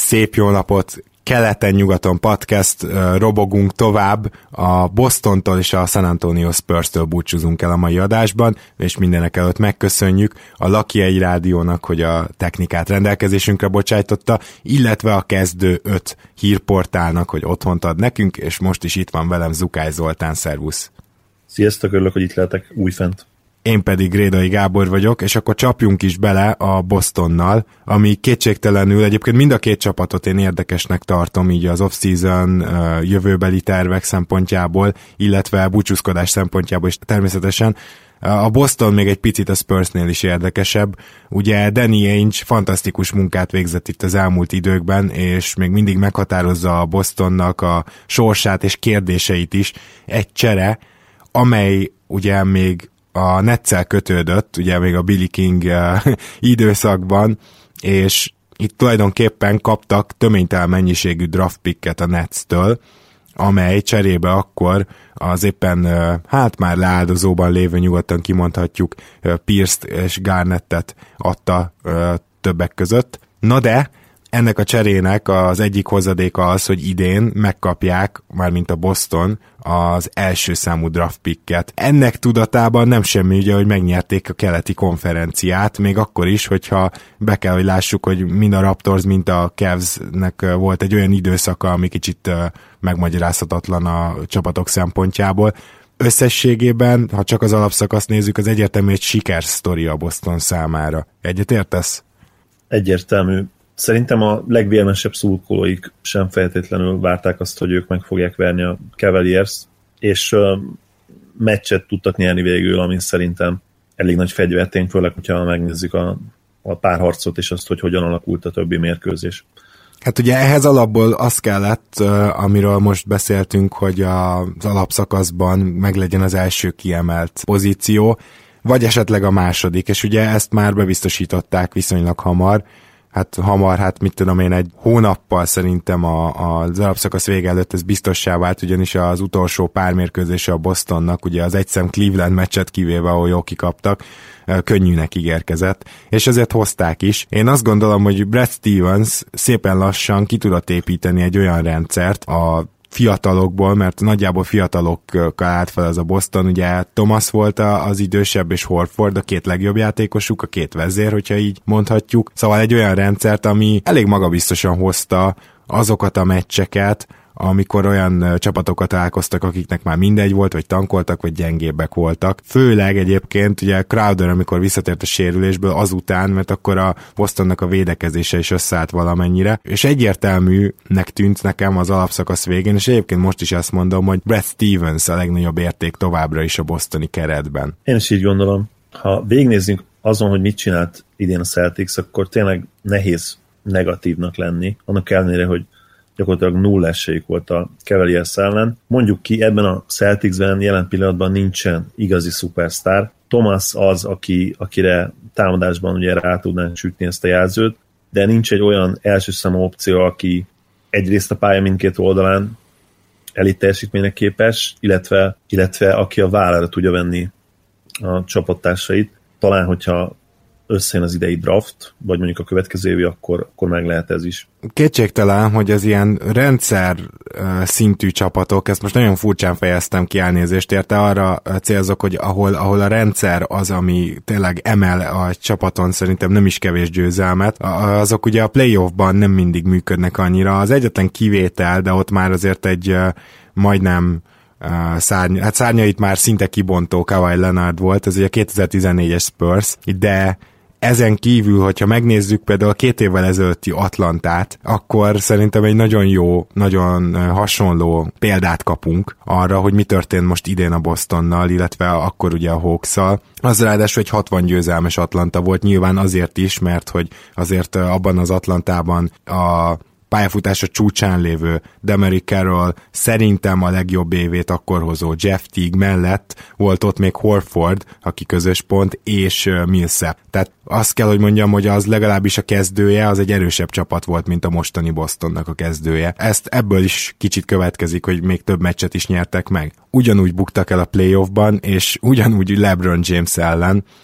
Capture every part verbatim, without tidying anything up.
Szép jó napot! Keleten-nyugaton podcast, robogunk tovább, a Bostontól és a San Antonio Spurs-től búcsúzunk el a mai adásban, és mindenek előtt megköszönjük a Lucky egy rádiónak, hogy a technikát rendelkezésünkre bocsájtotta, illetve a Kezdő öt hírportálnak, hogy otthont ad nekünk, és most is itt van velem Zukály Zoltán, szervusz! Sziasztok, örülök, hogy itt lehetek újfent. Én pedig Rédai Gábor vagyok, és akkor csapjunk is bele a Bostonnal, ami kétségtelenül egyébként mind a két csapatot én érdekesnek tartom, így az off-season jövőbeli tervek szempontjából, illetve búcsúzkodás szempontjából is természetesen. A Boston még egy picit a Spursnél is érdekesebb. Ugye Danny Ainge fantasztikus munkát végzett itt az elmúlt időkben, és még mindig meghatározza a Bostonnak a sorsát és kérdéseit is egy csere, amely ugye még a Netszel kötődött, ugye még a Billy King uh, időszakban, és itt tulajdonképpen kaptak töménytelen mennyiségű draft picket a Netstől, amely cserébe akkor az éppen uh, hát már leáldozóban lévő, nyugodtan kimondhatjuk, uh, Pierce-t és Garnettet adta uh, többek között. Na de ennek a cserének az egyik hozadéka az, hogy idén megkapják, mármint a Boston, az első számú draft picket. Ennek tudatában nem semmi, ugye, hogy megnyerték a keleti konferenciát, még akkor is, hogyha be kell, hogy lássuk, hogy mind a Raptors, mind a Cavsnek volt egy olyan időszaka, ami kicsit megmagyarázhatatlan a csapatok szempontjából. Összességében, ha csak az alapszakaszt nézzük, az egyértelmű egy sikersztori a Boston számára. Egyet értesz? Egyértelmű. Szerintem a legvérmesebb szurkolóik sem feltétlenül várták azt, hogy ők meg fogják verni a Cavaliers, és uh, meccset tudtak nyerni végül, ami szerintem elég nagy fegyvertény, főleg, hogyha megnézzük a, a párharcot és azt, hogy hogyan alakult a többi mérkőzés. Hát ugye ehhez alapból az kellett, amiről most beszéltünk, hogy az alapszakaszban meglegyen az első kiemelt pozíció, vagy esetleg a második, és ugye ezt már bebiztosították viszonylag hamar, hát hamar, hát mit tudom én, egy hónappal szerintem a, a, az alapszakasz vége előtt ez biztossá vált, ugyanis az utolsó pár mérkőzése a Bostonnak, ugye az egyszem Cleveland meccset kivéve, ahol jól kikaptak, könnyűnek ígérkezett, és ezért hozták is. Én azt gondolom, hogy Brad Stevens szépen lassan ki tudott építeni egy olyan rendszert a fiatalokból, mert nagyjából fiatalokkal állt fel ez a Boston, ugye Thomas volt az idősebb, és Horford a két legjobb játékosuk, a két vezér, hogyha így mondhatjuk. Szóval egy olyan rendszert, ami elég magabiztosan hozta azokat a meccseket, amikor olyan csapatokat találkoztak, akiknek már mindegy volt, vagy tankoltak, vagy gyengébbek voltak. Főleg egyébként ugye Crowder, amikor visszatért a sérülésből azután, mert akkor a Bostonnak a védekezése is összeállt valamennyire, és egyértelműnek tűnt nekem az alapszakasz végén, és egyébként most is azt mondom, hogy Brad Stevens a legnagyobb érték továbbra is a bostoni keretben. Én is így gondolom. Ha végignézzünk azon, hogy mit csinált idén a Celtics, akkor tényleg nehéz negatívnak lenni, annak ellenére, hogy gyakorlatilag nulla esélyük volt a Cavaliers ellen. Mondjuk ki, ebben a Celticsben jelen pillanatban nincsen igazi szupersztár. Thomas az, aki, akire támadásban ugye rá tudnánk sütni ezt a jelzőt, de nincs egy olyan első számú opció, aki egyrészt a pálya mindkét oldalán elit teljesítménynek képes, illetve, illetve aki a vállára tudja venni a csapattársait. Talán, hogyha összejön az idei draft, vagy mondjuk a következő évi, akkor, akkor meg lehet ez is. Kétségtelen, hogy az ilyen rendszer szintű csapatok, ezt most nagyon furcsán fejeztem ki, elnézést érte, arra célzok, hogy ahol, ahol a rendszer az, ami tényleg emel a csapaton, szerintem nem is kevés győzelmet, azok ugye a playoffban nem mindig működnek annyira. Az egyetlen kivétel, de ott már azért egy majdnem Uh, szárny, hát szárnyait már szinte kibontó Kawhi Leonard volt, ez ugye a kétezer-tizennégyes Spurs, de ezen kívül, hogyha megnézzük például a két évvel ezelőtti Atlantát, akkor szerintem egy nagyon jó, nagyon hasonló példát kapunk arra, hogy mi történt most idén a Bostonnal, illetve akkor ugye a Hawks-szal. Az ráadásul egy hatvan győzelmes Atlanta volt, nyilván azért is, mert hogy azért abban az Atlantában a pályafutása csúcsán lévő Demary Carroll szerintem a legjobb évét akkor hozó Jeff Teague mellett volt ott még Horford, aki közös pont, és Millsap. Tehát azt kell, hogy mondjam, hogy az legalábbis a kezdője, az egy erősebb csapat volt, mint a mostani Bostonnak a kezdője. Ezt ebből is kicsit következik, hogy még több meccset is nyertek meg. Ugyanúgy buktak el a playoffban, és ugyanúgy LeBron James ellen,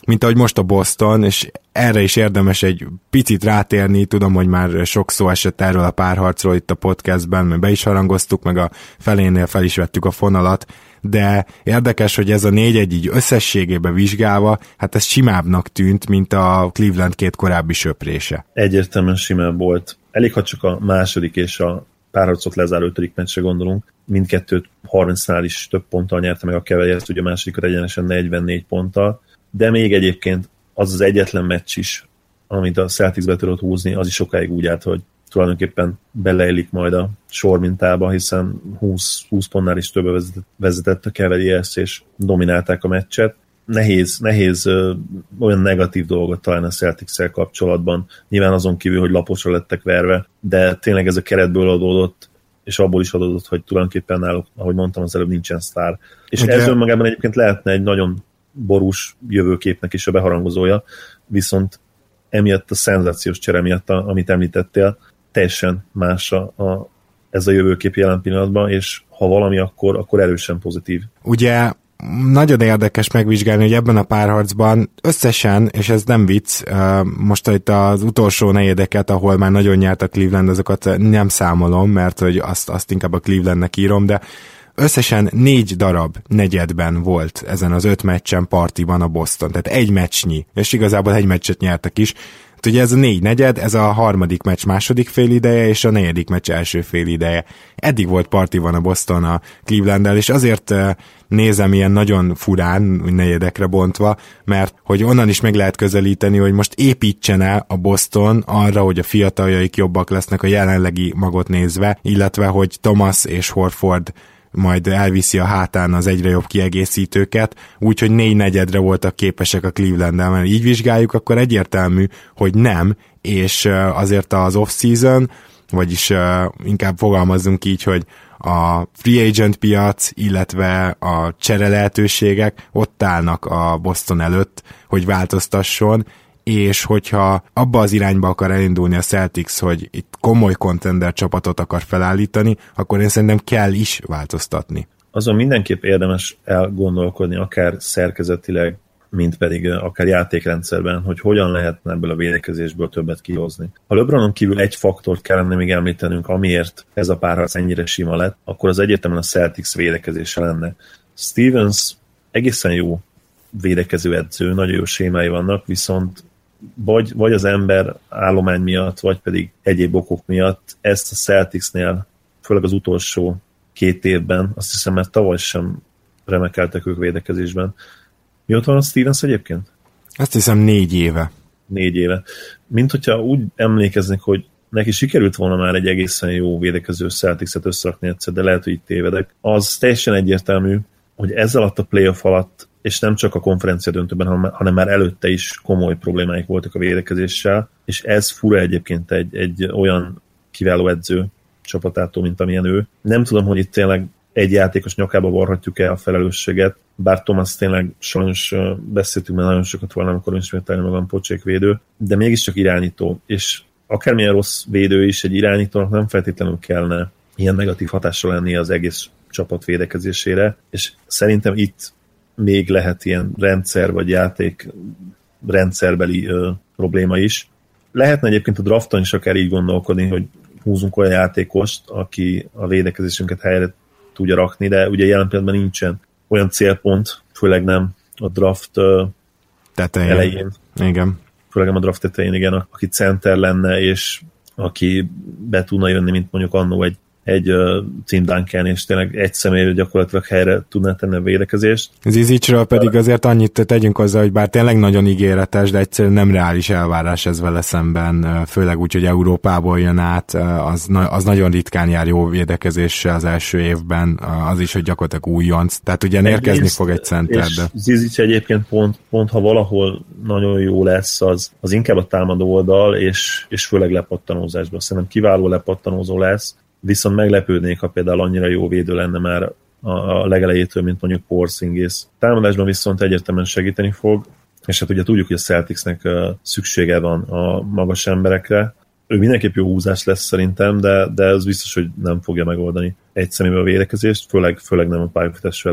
mint ahogy most a Boston, és erre is érdemes egy picit rátérni, tudom, hogy már sok szó esett erről a párharcról itt a podcastben, mert be is harangoztuk, meg a felénél fel is vettük a fonalat, de érdekes, hogy ez a négy egy így összességében vizsgálva, hát ez simábbnak tűnt, mint a Cleveland két korábbi söprése. Egyértelműen simább volt. Elég, ha csak a második és a párharcot lezáró ötödik meccsre gondolunk, mindkettőt harmincnál is több ponttal nyerte meg a Cavaliers, ugye a másodikat egyenesen negyvennégy ponttal, de még egyébként az az egyetlen meccs is, amit a Celtics be tudott húzni, az is sokáig úgy állt, hogy tulajdonképpen beleillik majd a sormintába, hiszen húsz, húsz pontnál is több vezetett, vezetett a Cavaliers, és dominálták a meccset. Nehéz, nehéz ö, olyan negatív dolgot talán a Celtics-szel kapcsolatban, nyilván azon kívül, hogy laposra lettek verve, de tényleg ez a keretből adódott, és abból is adódott, hogy tulajdonképpen náluk, ahogy mondtam az előbb, nincsen sztár. És ugye ez önmagában egyébként lehetne egy nagyon borús jövőképnek is a beharangozója, viszont emiatt a szenzációs csere miatt, amit említettél, teljesen más a, a, ez a jövőkép jelen pillanatban, és ha valami, akkor, akkor erősen pozitív. Ugye nagyon érdekes megvizsgálni, hogy ebben a párharcban összesen, és ez nem vicc, most itt az utolsó negyedeket, ahol már nagyon nyert a Cleveland, azokat nem számolom, mert hogy azt, azt inkább a Clevelandnek írom, de összesen négy darab negyedben volt ezen az öt meccsen partiban a Boston, tehát egy meccsnyi, és igazából egy meccset nyertek is. Hát ugye ez a négy negyed, ez a harmadik meccs második fél ideje, és a negyedik meccs első fél ideje. Eddig volt partiban a Boston a Clevelanddel, és azért nézem ilyen nagyon furán, úgy negyedekre bontva, mert hogy onnan is meg lehet közelíteni, hogy most építsen el a Boston arra, hogy a fiataljaik jobbak lesznek a jelenlegi magot nézve, illetve hogy Thomas és Horford majd elviszi a hátán az egyre jobb kiegészítőket, úgyhogy négy negyedre voltak képesek a Cleveland-del, mert így vizsgáljuk, akkor egyértelmű, hogy nem, és azért az off-season, vagyis inkább fogalmazzunk így, hogy a free agent piac, illetve a csere lehetőségek ott állnak a Boston előtt, hogy változtasson, és hogyha abba az irányba akar elindulni a Celtics, hogy itt komoly contender csapatot akar felállítani, akkor én szerintem kell is változtatni. Azon mindenképp érdemes elgondolkodni, akár szerkezetileg, mint pedig akár játékrendszerben, hogy hogyan lehetne ebből a védekezésből többet kihozni. Ha LeBronon kívül egy faktort kellene még említenünk, amiért ez a párharc ennyire sima lett, akkor az egyértelműen a Celtics védekezése lenne. Stevens egészen jó védekező edző, nagyon jó sémái vannak, viszont vagy, vagy az ember állomány miatt, vagy pedig egyéb okok miatt ezt a Celticsnél, főleg az utolsó két évben, azt hiszem, mert tavaly sem remekeltek ők védekezésben. Mióta van a Stevens egyébként? Azt hiszem négy éve. Négy éve. Mint hogyha úgy emlékeznek, hogy neki sikerült volna már egy egészen jó védekező Celtics-et összerakni egyszer, de lehet, hogy itt tévedek. Az teljesen egyértelmű, hogy ezzel alatt a playoff alatt, és nem csak a konferencia döntőben, hanem már előtte is komoly problémáik voltak a védekezéssel, és ez fura egyébként egy, egy olyan kiváló edző csapatától, mint amilyen ő. Nem tudom, hogy itt tényleg egy játékos nyakába varhatjuk el a felelősséget, bár Thomas tényleg sajnos beszéltünk, mert nagyon sokat volna, amikor ismételni magam pocsékvédő, de mégiscsak irányító, és akármilyen rossz védő is, egy irányítónak nem feltétlenül kellene ilyen negatív hatással lennie az egész csapat védekezésére, és szerintem itt még lehet ilyen rendszer vagy játék rendszerbeli ö, probléma is. Lehetne egyébként a drafton is akár így gondolkodni, hogy húzunk olyan játékost, aki a védekezésünket helyre tudja rakni, de ugye jelen pillanatban nincsen olyan célpont, főleg nem a draft tetején. elején. Igen. Főleg nem a draft tetején, igen, aki center lenne, és aki be tudna jönni, mint mondjuk annó egy egy uh, Tim Duncan, és tényleg egy személyre gyakorlatilag helyre tudná tenni a védekezést. Zizicsről pedig azért annyit tegyünk hozzá, hogy bár tényleg nagyon ígéretes, de egyszerűen nem reális elvárás ez vele szemben, főleg úgy, hogy Európából jön át, az, az nagyon ritkán jár jó védekezéssel az első évben, az is, hogy gyakorlatilag újonc. Tehát ugye érkezni fog egy center. És Zizics egyébként pont, pont, ha valahol nagyon jó lesz, az, az inkább a támadó oldal, és, és főleg lepattanózásban. Szerintem kiváló lepattanózó lesz, viszont meglepődnék, ha például annyira jó védő lenne már a legelejétől, mint mondjuk Porzingis. Támadásban viszont egyértelműen segíteni fog, és hát ugye tudjuk, hogy a Celticsnek szüksége van a magas emberekre. Ő mindenképp jó húzás lesz szerintem, de, de ez biztos, hogy nem fogja megoldani egy személyben a védekezést, főleg, főleg nem a pályafutás elején.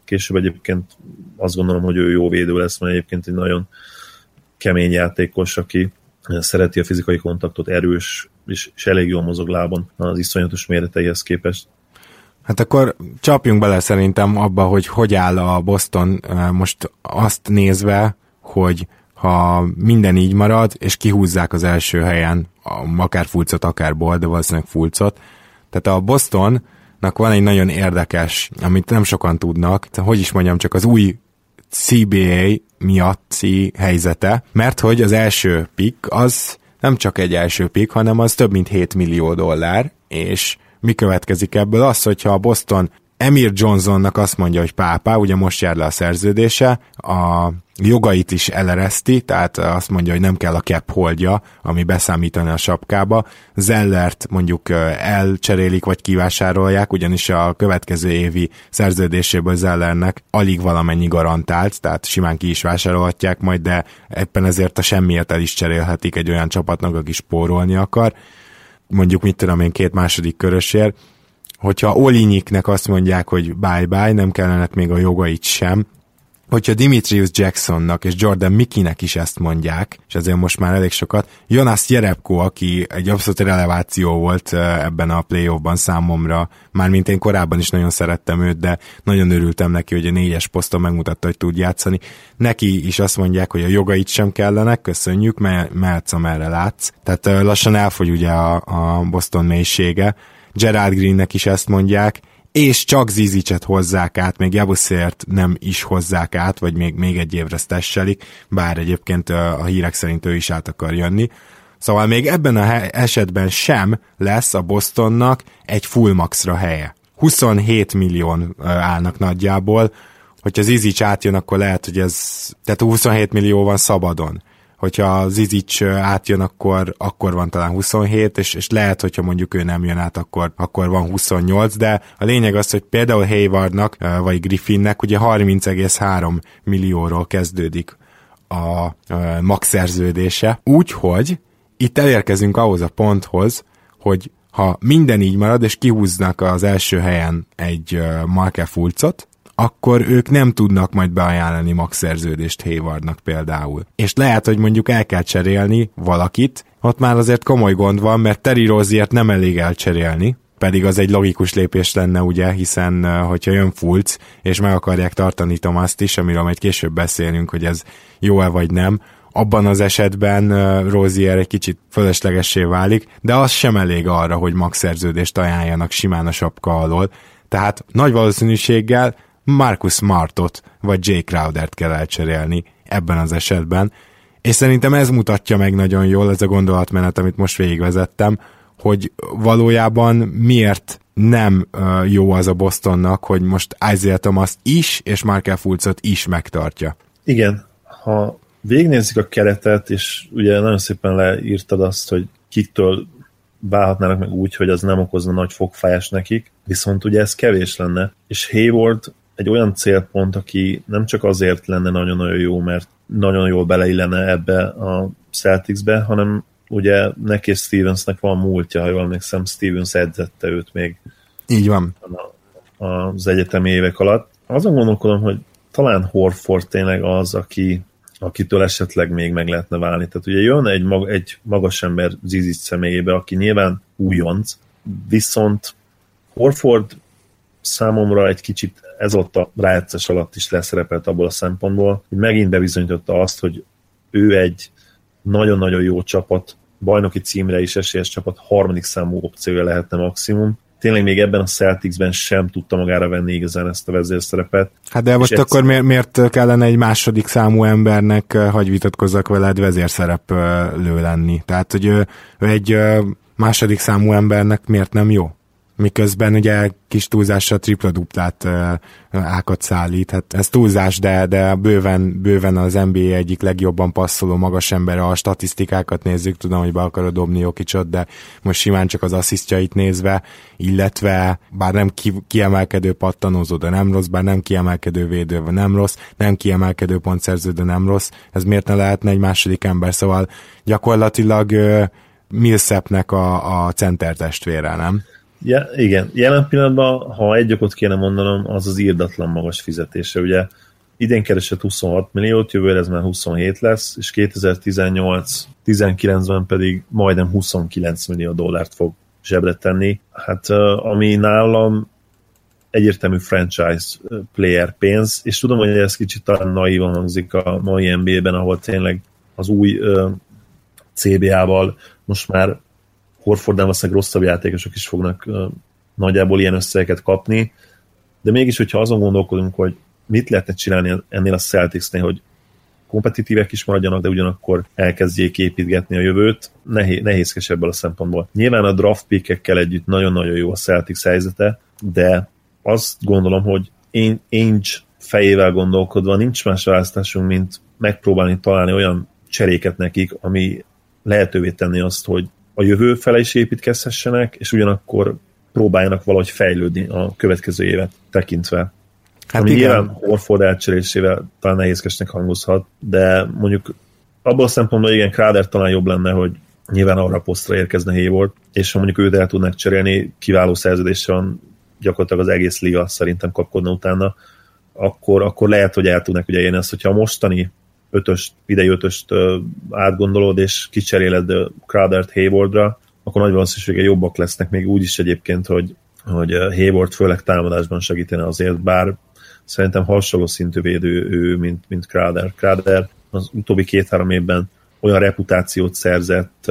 Később egyébként azt gondolom, hogy ő jó védő lesz, mert egyébként egy nagyon kemény játékos, aki szereti a fizikai kontaktot, erős, és, és elég jól mozog lábon az iszonyatos méreteihez képest. Hát akkor csapjunk bele szerintem abba, hogy hogy áll a Boston most azt nézve, hogy ha minden így marad, és kihúzzák az első helyen, akár Fulcot, akár Ball, de valószínűleg Fulcot. Tehát a Bostonnak van egy nagyon érdekes, amit nem sokan tudnak, hogy is mondjam, csak az új cé bé á miatti helyzete, mert hogy az első pick az nem csak egy első pick, hanem az több mint hét millió dollár, és mi következik ebből? Az, hogyha a Boston Emir Johnsonnak azt mondja, hogy pápá, ugye most jár le a szerződése, a jogait is elereszti, tehát azt mondja, hogy nem kell a cap holdja, ami beszámítani a sapkába. Zellert mondjuk elcserélik, vagy kivásárolják, ugyanis a következő évi szerződéséből Zellernek alig valamennyi garantált, tehát simán ki is vásárolhatják majd, de éppen ezért a semmiért el is cserélhetik egy olyan csapatnak, aki spórolni akar. Mondjuk mit tudom én, két második körösért. Hogyha Olinyiknek azt mondják, hogy bye-bye, nem kellene még a jogait sem, hogyha Dimitrius Jacksonnak és Jordan Mickeynek is ezt mondják, és azért most már elég sokat, Jonas Jerebko, aki egy abszolút releváció volt ebben a playoffban számomra, mármint én korábban is nagyon szerettem őt, de nagyon örültem neki, hogy a négyes poszton megmutatta, hogy tud játszani. Neki is azt mondják, hogy a jogait sem kellenek, köszönjük, mert mehetsz, amerre látsz. Tehát lassan elfogy ugye a, a Boston mélysége. Gerald Greennek is ezt mondják, és csak Zizicet hozzák át, még Jabuszért nem is hozzák át, vagy még, még egy évre stesselik, bár egyébként a hírek szerint ő is át akar jönni. Szóval még ebben az esetben sem lesz a Bostonnak egy full maxra helye. huszonhét millión állnak nagyjából, hogyha Zizic átjön, akkor lehet, hogy ez, tehát huszonhét millió van szabadon. Hogyha Zizic átjön, akkor, akkor van talán huszonhét, és, és lehet, hogyha mondjuk ő nem jön át, akkor, akkor van huszonnyolc, de a lényeg az, hogy például Haywardnak, vagy Griffinnek ugye harminc egész három millióról kezdődik a max szerződése, úgyhogy itt elérkezünk ahhoz a ponthoz, hogy ha minden így marad, és kihúznak az első helyen egy Markel Fulcot, akkor ők nem tudnak majd beajánlani max szerződést Haywardnak például. És lehet, hogy mondjuk el kell cserélni valakit, ott már azért komoly gond van, mert Terry Roziert nem elég elcserélni, pedig az egy logikus lépés lenne, ugye, hiszen hogyha jön Fulc, és meg akarják tartani Thomaszt is, amiről majd később beszélünk, hogy ez jó-e vagy nem, abban az esetben Rozier egy kicsit fölöslegessé válik, de az sem elég arra, hogy max szerződést ajánljanak simán a sapka alól. Tehát nagy valószínűséggel Marcus Smartot vagy Jay Crowdert kell elcserélni ebben az esetben, és szerintem ez mutatja meg nagyon jól, ez a gondolatmenet, amit most végigvezettem, hogy valójában miért nem uh, jó az a Bostonnak, hogy most Isaiah Thomas is, és Markel Fulcot is megtartja. Igen, ha végignézzük a keretet, és ugye nagyon szépen leírtad azt, hogy kiktől válhatnának meg úgy, hogy az nem okozna nagy fogfájás nekik, viszont ugye ez kevés lenne, és Hayward egy olyan célpont, aki nem csak azért lenne nagyon-nagyon jó, mert nagyon jól beleillene ebbe a Celticsbe, hanem ugye neki és Stevensnek van múltja, ha jól emlékszem, Stevens edzette őt még. Így van. Az egyetemi évek alatt. Azon gondolkodom, hogy talán Horford tényleg az, aki, akitől esetleg még meg lehetne válni. Tehát ugye jön egy, mag, egy magas ember Zizic személyébe, aki nyilván újonc, viszont Horford számomra egy kicsit ez ott a rájátszás alatt is leszerepelt abból a szempontból, hogy megint bebizonyította azt, hogy ő egy nagyon-nagyon jó csapat, bajnoki címre is esélyes csapat harmadik számú opciója lehetne maximum. Tényleg még ebben a Celticsben sem tudta magára venni igazán ezt a vezérszerepet. Hát de most akkor miért, miért kellene egy második számú embernek, hagyj vitatkozzak veled, vezérszereplő lenni? Tehát, hogy ő, ő egy második számú embernek miért nem jó? Miközben ugye kis túlzásra tripla-duplát uh, ákat szállít. Hát ez túlzás, de, de bőven, bőven az en bé á egyik legjobban passzoló magas ember, a statisztikákat nézzük, tudom, hogy be akarod dobni Jokicot, de most simán csak az asszisztjait nézve, illetve bár nem ki, kiemelkedő pattanózó, de nem rossz, bár nem kiemelkedő védő, de nem rossz, nem kiemelkedő pontszerző, de nem rossz, ez miért ne lehetne egy második ember? Szóval gyakorlatilag uh, Millsapnek a, a center testvére, nem? Ja, igen, jelen pillanatban, ha egy okot kéne mondanom, az az irdatlan magas fizetése. Ugye idén keresett huszonhat milliót, jövőre ez már huszonhét lesz, és kétezer-tizennyolc tizenkilencben pedig majdnem huszonkilenc millió dollárt fog zsebre tenni. Hát ami nálam egyértelmű franchise player pénz, és tudom, hogy ez kicsit talán naívan hangzik a mai en bé á-ben, ahol tényleg az új cé bé á-val most már Horfordnál valószínűleg rosszabb játékosok is fognak uh, nagyjából ilyen összegeket kapni, de mégis, hogyha azon gondolkodunk, hogy mit lehetne csinálni ennél a Celticsnél, hogy kompetitívek is maradjanak, de ugyanakkor elkezdjék építgetni a jövőt, nehéz, nehézkes ebből a szempontból. Nyilván a draft pickekkel együtt nagyon-nagyon jó a Celtics helyzete, de azt gondolom, hogy Ainge fejével gondolkodva nincs más választásunk, mint megpróbálni találni olyan cseréket nekik, ami lehetővé tenni azt, hogy a jövő fele is építkezhessenek, és ugyanakkor próbáljanak valahogy fejlődni a következő évet tekintve. Hát ami nyilván Horford elcserésével talán nehézkesnek hangozhat, de mondjuk abban a szempontból igen, Crowder talán jobb lenne, hogy nyilván arra a posztra érkezne Hayward, és ha mondjuk őt el tudnak cserélni, kiváló szerződéssel van gyakorlatilag az egész liga szerintem kapkodna utána, akkor, akkor lehet, hogy el tudnak ugye élni azt, hogyha a mostani ötöst, idei ötöst átgondolod, és kicseréled Crowdert Haywardra, akkor nagy valószínűséggel jobbak lesznek, még úgy is egyébként, hogy, hogy Hayward főleg támadásban segítene azért, bár szerintem hasonló szintű védő ő, mint, mint Crowder. Crowder az utóbbi két-három évben olyan reputációt szerzett,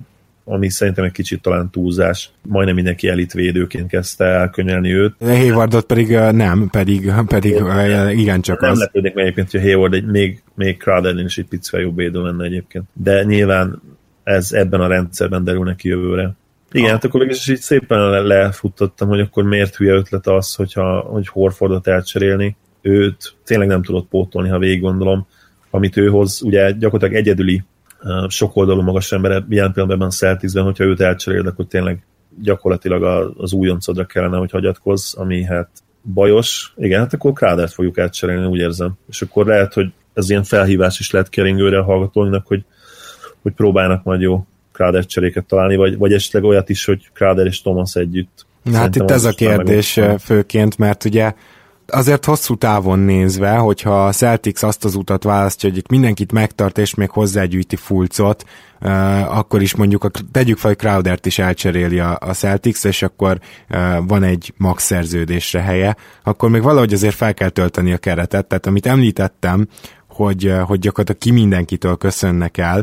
ami szerintem egy kicsit talán túlzás. Majdnem mindenki elitvédőként kezdte elkönyvelni őt. Haywardot pedig nem, pedig, pedig igencsak nem az. Nem lepődnék meg egyébként, hogy Hayward egy, még, még Crowdernél is egy picivel jobb védő lenne egyébként. De nyilván ez ebben a rendszerben derül neki jövőre. Igen, ah. hát akkor is így szépen lefuttattam, hogy akkor miért hülye ötlet az, hogyha, hogy Horfordot elcserélni. Őt tényleg nem tudott pótolni, ha végig gondolom. Amit ő hoz, ugye gyakorlatilag egyedüli sok oldalú magas embere ilyen pillanatban a Celticsben, hogyha őt elcseréld, akkor tényleg gyakorlatilag az újoncodra kellene, hogy hagyatkozz, ami hát bajos. Igen, hát akkor Crowdert fogjuk elcserélni, úgy érzem. És akkor lehet, hogy ez ilyen felhívás is lehet keringőre a hallgatóinknak, hogy, hogy próbálnak majd jó Crowder cseréket találni, vagy, vagy esetleg olyat is, hogy Crowder és Thomas együtt. Na hát itt ez a kérdés főként, mert ugye azért hosszú távon nézve, hogyha a Celtics azt az utat választja, hogy itt mindenkit megtart, és még hozzágyűjti Fulcot, uh, akkor is mondjuk, a, tegyük fel, hogy Crowdert is elcseréli a, a Celtics, és akkor uh, van egy max szerződésre helye, akkor még valahogy azért fel kell tölteni a keretet, tehát amit említettem, hogy, uh, hogy gyakorlatilag ki mindenkitől köszönnek el,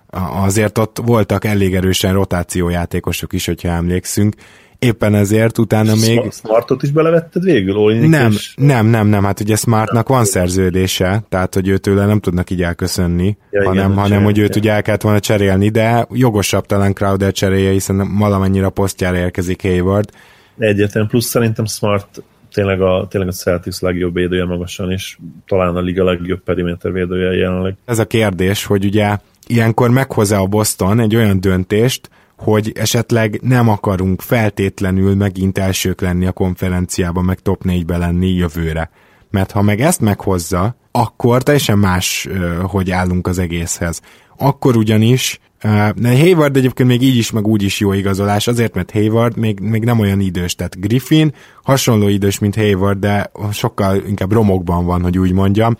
azért ott voltak elég erősen rotációjátékosok is, hogyha emlékszünk, éppen ezért utána még... Smartot is belevetted végül? Nem, és... nem, nem, nem, hát ugye Smartnak van szerződése, tehát hogy őtőle nem tudnak így elköszönni, ja, hanem, igen, hanem hogy őt ugye el kellett volna cserélni, de jogosabb talán Crowder cserélje, hiszen valamennyire a posztjára érkezik Hayward. Egyetlen, plusz szerintem Smart tényleg a, tényleg a Celtics legjobb védője magasan, és talán a liga legjobb periméter védője jelenleg. Ez a kérdés, hogy ugye ilyenkor meghozza a Boston egy olyan döntést, hogy esetleg nem akarunk feltétlenül megint elsők lenni a konferenciában, meg top négybe lenni jövőre. Mert ha meg ezt meghozza, akkor teljesen más, hogy állunk az egészhez. Akkor ugyanis, Hayward egyébként még így is, meg úgy is jó igazolás, azért, mert Hayward még, még nem olyan idős, tehát Griffin hasonló idős, mint Hayward, de sokkal inkább romokban van, hogy úgy mondjam,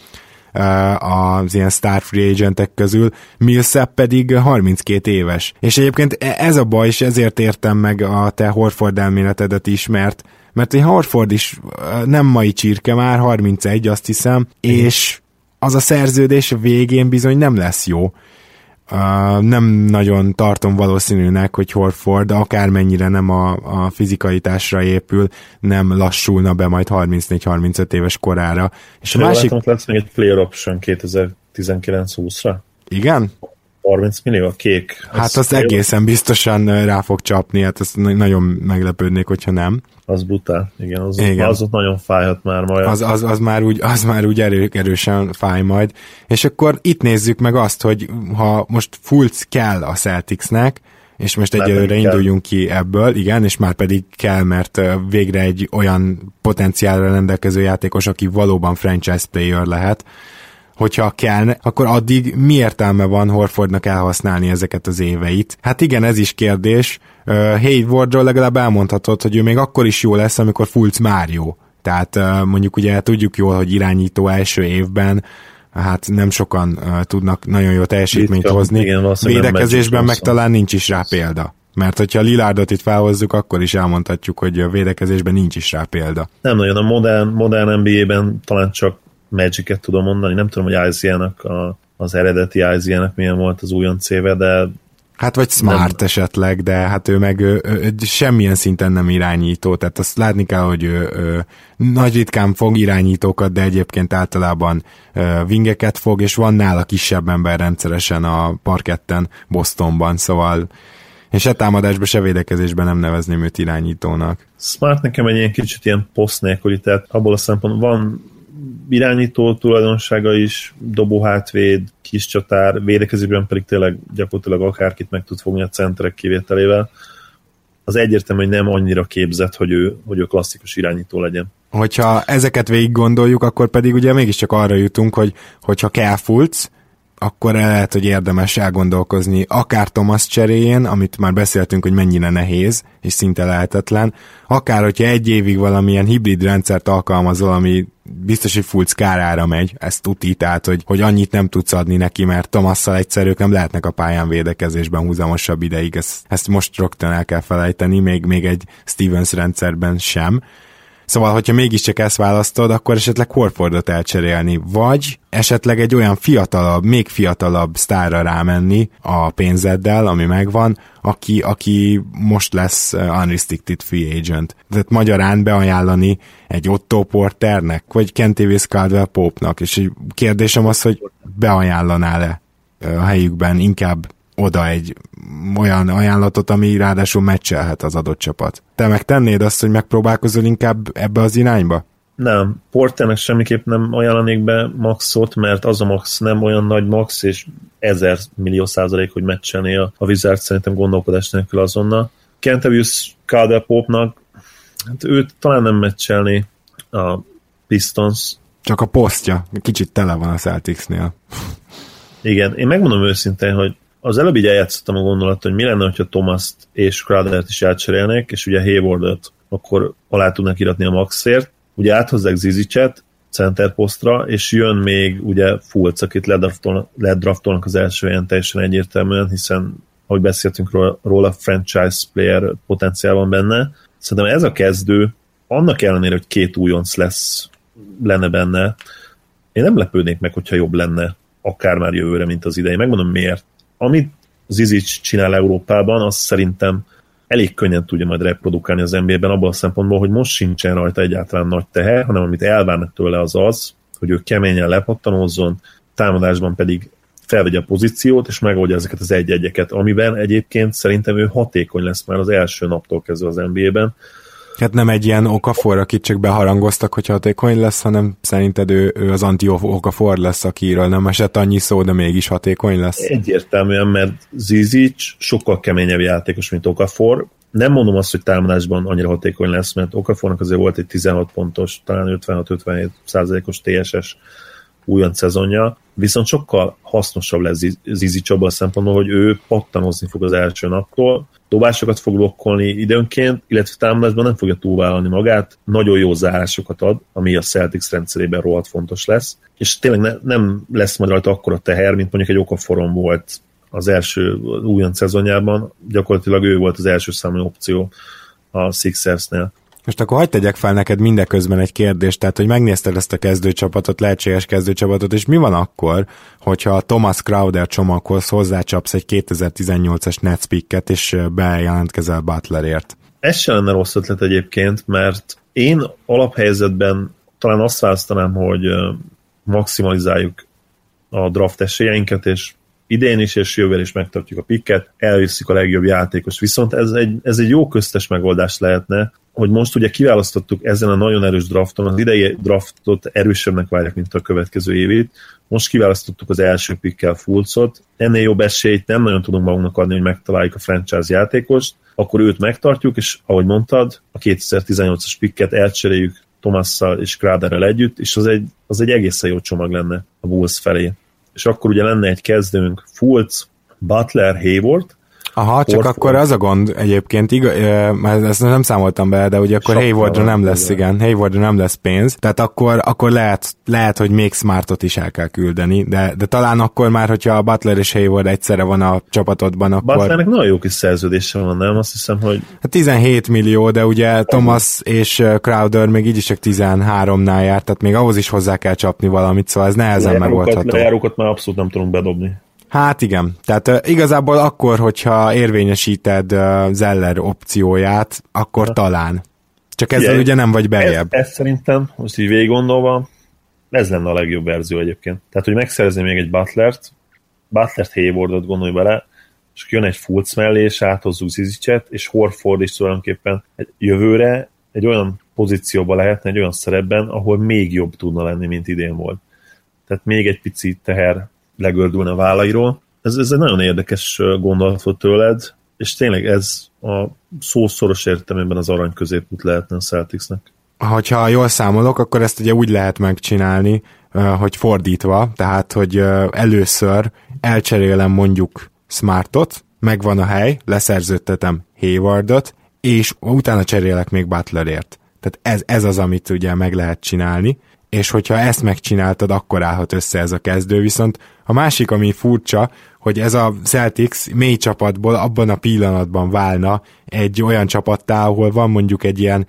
az ilyen star free agentek közül, Millsap pedig harminckét éves. És egyébként ez a baj, és ezért értem meg a te Horford elméletedet is, mert, mert egy Horford is nem mai csirke már, harmincegy, azt hiszem, és az a szerződés végén bizony nem lesz jó. Uh, nem nagyon tartom valószínűnek, hogy Horford akármennyire nem a, a fizikalitásra épül, nem lassulna be majd harmincnégy-harmincöt éves korára. És a másik... Látom, lesz még egy player option kétezer-tizenkilenc húszra. Igen? harminc millió a kék. Hát az, az egészen biztosan rá fog csapni, hát azt nagyon meglepődnék, hogyha nem. Az brutál, igen, az, igen. az ott nagyon fájhat már majd. Az, az, az már úgy, az már úgy erő, erősen fáj majd. És akkor itt nézzük meg azt, hogy ha most Fultz kell a Celticsnek, és most már egyelőre induljunk ki ebből, igen, és már pedig kell, mert végre egy olyan potenciálra rendelkező játékos, aki valóban franchise player lehet, hogyha kell, akkor addig mi értelme van Horfordnak elhasználni ezeket az éveit? Hát igen, ez is kérdés. Haywardról legalább elmondhatod, hogy ő még akkor is jó lesz, amikor Fultz már jó. Tehát mondjuk ugye tudjuk jól, hogy irányító első évben hát nem sokan tudnak nagyon jó teljesítményt Ritka, hozni. Igen, védekezésben meg talán nincs is rá példa. Mert hogyha Lillardot itt felhozzuk, akkor is elmondhatjuk, hogy a védekezésben nincs is rá példa. Nem nagyon, a modern, modern en bé á-ben talán csak Magic-et tudom mondani, nem tudom, hogy Isaiah-nak a, az eredeti Isaiah-nak milyen volt az újonc éve, de hát vagy Smart nem. Esetleg, de hát ő meg ő, ő, ő semmilyen szinten nem irányító, tehát azt látni kell, hogy ő, ő nagy ritkán fog irányítókat, de egyébként általában ő, wingeket fog, és van nála kisebb ember rendszeresen a parketten Bostonban, szóval én se támadásban, se védekezésben nem nevezném őt irányítónak. Smart nekem egy ilyen kicsit ilyen poszt nélküli, tehát abból a szempontból van irányító tulajdonsága is, dobó hátvéd, kis csatár, védekezésben pedig tényleg gyakorlatilag akárkit meg tud fogni a centerek kivételével. Az egyértelmű, hogy nem annyira képzett, hogy ő, hogy ő klasszikus irányító legyen. Hogyha ezeket végig gondoljuk, akkor pedig ugye mégiscsak arra jutunk, hogy hogyha kell Fultz, akkor lehet, hogy érdemes elgondolkozni akár Thomas cseréjén, amit már beszéltünk, hogy mennyire nehéz, és szinte lehetetlen, akár, hogyha egy évig valamilyen hibrid rendszert alkalmazol, ami biztos, hogy Fultz kárára megy, ezt tuti, tehát, hogy, hogy annyit nem tudsz adni neki, mert Thomasszal egyszerűen nem lehetnek a pályán védekezésben húzamosabb ideig, ezt, ezt most rögtön el kell felejteni, még, még egy Stevens rendszerben sem. Szóval, hogyha mégiscsak ezt választod, akkor esetleg Horfordot elcserélni, vagy esetleg egy olyan fiatalabb, még fiatalabb sztárra rámenni a pénzeddel, ami megvan, aki, aki most lesz unrestricted free agent. Tehát magyarán beajánlani egy Otto Porternek, vagy Kentavious Caldwell-Pope-nak, és egy kérdésem az, hogy beajánlanál-e a helyükben inkább oda egy olyan ajánlatot, ami ráadásul meccselhet az adott csapat. Te megtennéd azt, hogy megpróbálkozol inkább ebbe az irányba? Nem. Porternek semmiképp nem ajánlanék be maxot, mert az a max nem olyan nagy max, és ezer millió százalék, hogy meccselné a, a Wizards szerintem gondolkodás nélkül azonnal. Kentavious Caldwell-Pope-nak, hát őt talán nem meccselné a Pistons. Csak a posztja, kicsit tele van a Celticsnél. Igen, én megmondom őszintén, hogy az előbb így eljátszottam a gondolat, hogy mi lenne, hogyha Thomas-t és Crowdert is elcserélnék, és ugye Haywardot akkor alá tudnak iratni a maxért, ugye áthozzák Zizicet center posztra, és jön még ugye Fultz, akit ledraftolnak, ledraftolnak az első helyen teljesen egyértelműen, hiszen ahogy beszéltünk róla, róla franchise player potenciál van benne. Szerintem ez a kezdő, annak ellenére, hogy két újonc lesz, lenne benne, én nem lepődnék meg, hogyha jobb lenne akár már jövőre, mint az idei. Megmondom miért. Amit Zizic csinál Európában, az szerintem elég könnyen tudja majd reprodukálni az en bé á-ben abban a szempontból, hogy most sincsen rajta egyáltalán nagy teher, hanem amit elvárnak tőle az az, hogy ő keményen lepattanózzon, támadásban pedig felvegye a pozíciót, és megoldja ezeket az egy-egyeket, amiben egyébként szerintem ő hatékony lesz már az első naptól kezdve az en bé á-ben. Hát nem egy ilyen Okafor, akit csak beharangoztak, hogy hatékony lesz, hanem szerinted ő, ő az anti-Okafor lesz, akiről nem esett annyi szó, de mégis hatékony lesz? Egyértelműen, mert Zizic sokkal keményebb játékos, mint Okafor. Nem mondom azt, hogy támadásban annyira hatékony lesz, mert Okafornak azért volt egy tizenhat pontos, talán ötvenhat-ötvenhét százalékos té es es újonc szezonja, viszont sokkal hasznosabb lesz Zizic abban a szempontból, hogy ő pattanozni fog az első naptól, dobásokat fog blokkolni időnként, illetve támadásban nem fogja túlvállalni magát, nagyon jó zárásokat ad, ami a Celtics rendszerében rohadt fontos lesz, és tényleg ne, nem lesz majd rajta akkora teher, mint mondjuk egy Okaforon volt az első újonc szezonjában, gyakorlatilag ő volt az első számú opció a Sixersnél. Most akkor hagyd tegyek fel neked mindeközben egy kérdést, tehát hogy megnézted ezt a kezdőcsapatot, lehetséges kezdőcsapatot, és mi van akkor, hogyha a Thomas Crowder csomaghoz hozzácsapsz egy kétezer-tizennyolcas Nets picket, és bejelentkezel Butlerért? Ez sem lenne rossz ötlet egyébként, mert én alaphelyzetben talán azt választanám, hogy maximalizáljuk a draft esélyeinket, és idén is és jövőre is megtartjuk a picket, elviszük a legjobb játékos. Viszont ez egy, ez egy jó köztes megoldás lehetne, hogy most ugye kiválasztottuk ezen a nagyon erős drafton, az idei draftot erősebbnek várják, mint a következő évét. Most kiválasztottuk az első pickkel Fultzot. Ennél jobb esélyt nem nagyon tudunk magunknak adni, hogy megtaláljuk a franchise játékost, akkor őt megtartjuk, és ahogy mondtad, a kétezer-tizennyolcas picket elcseréljük Thomasszal és Crowderrel együtt, és az egy, az egy egészen jó csomag lenne a Bulls felé. És akkor ugye lenne egy kezdőnk Fultz, Butler, Hayward. Aha, csak Horford. Akkor az a gond egyébként, igaz, ezt nem számoltam be, de ugye akkor Haywardra nem lesz, igen, Haywardra nem lesz pénz, tehát akkor, akkor lehet, lehet, hogy még Smartot is el kell küldeni, de, de talán akkor már, hogyha a Butler és Hayward egyszerre van a csapatodban, akkor... Butlernek nagyon jó kis szerződése van, nem? Azt hiszem, hogy... tizenhét millió, de ugye Thomas és Crowder még így is csak tizenháromnál járt, tehát még ahhoz is hozzá kell csapni valamit, szóval ez nehezen megoldható. Lejárókat már abszolút nem tudunk bedobni. Hát igen, tehát uh, igazából akkor, hogyha érvényesíted uh, Zeller opcióját, akkor ja. talán. Csak ezzel igen, ugye nem vagy beljebb. Ez, ez szerintem, most így végig gondolva, ez lenne a legjobb verzió egyébként. Tehát, hogy megszerezni még egy Butlert, Butlert, Haywardot gondolj bele, és jön egy Fultz mellé, és áthozzuk Zizicet, és Horford is tulajdonképpen egy jövőre egy olyan pozícióban lehetne, egy olyan szerepben, ahol még jobb tudna lenni, mint idén volt. Tehát még egy pici teher legördülne a vállairól. Ez, ez egy nagyon érdekes gondolat volt tőled, és tényleg ez a szó szoros értelmében az arany középút lehetne a Celticsnek. Ha jól számolok, akkor ezt ugye úgy lehet megcsinálni, hogy fordítva, tehát, hogy először elcserélem mondjuk Smartot, megvan a hely, leszerződtetem Haywardot, és utána cserélek még Butlerért. Tehát ez, ez az, amit ugye meg lehet csinálni, és hogyha ezt megcsináltad, akkor állhat össze ez a kezdő, viszont a másik, ami furcsa, hogy ez a Celtics mély csapatból abban a pillanatban válna egy olyan csapattá, ahol van mondjuk egy ilyen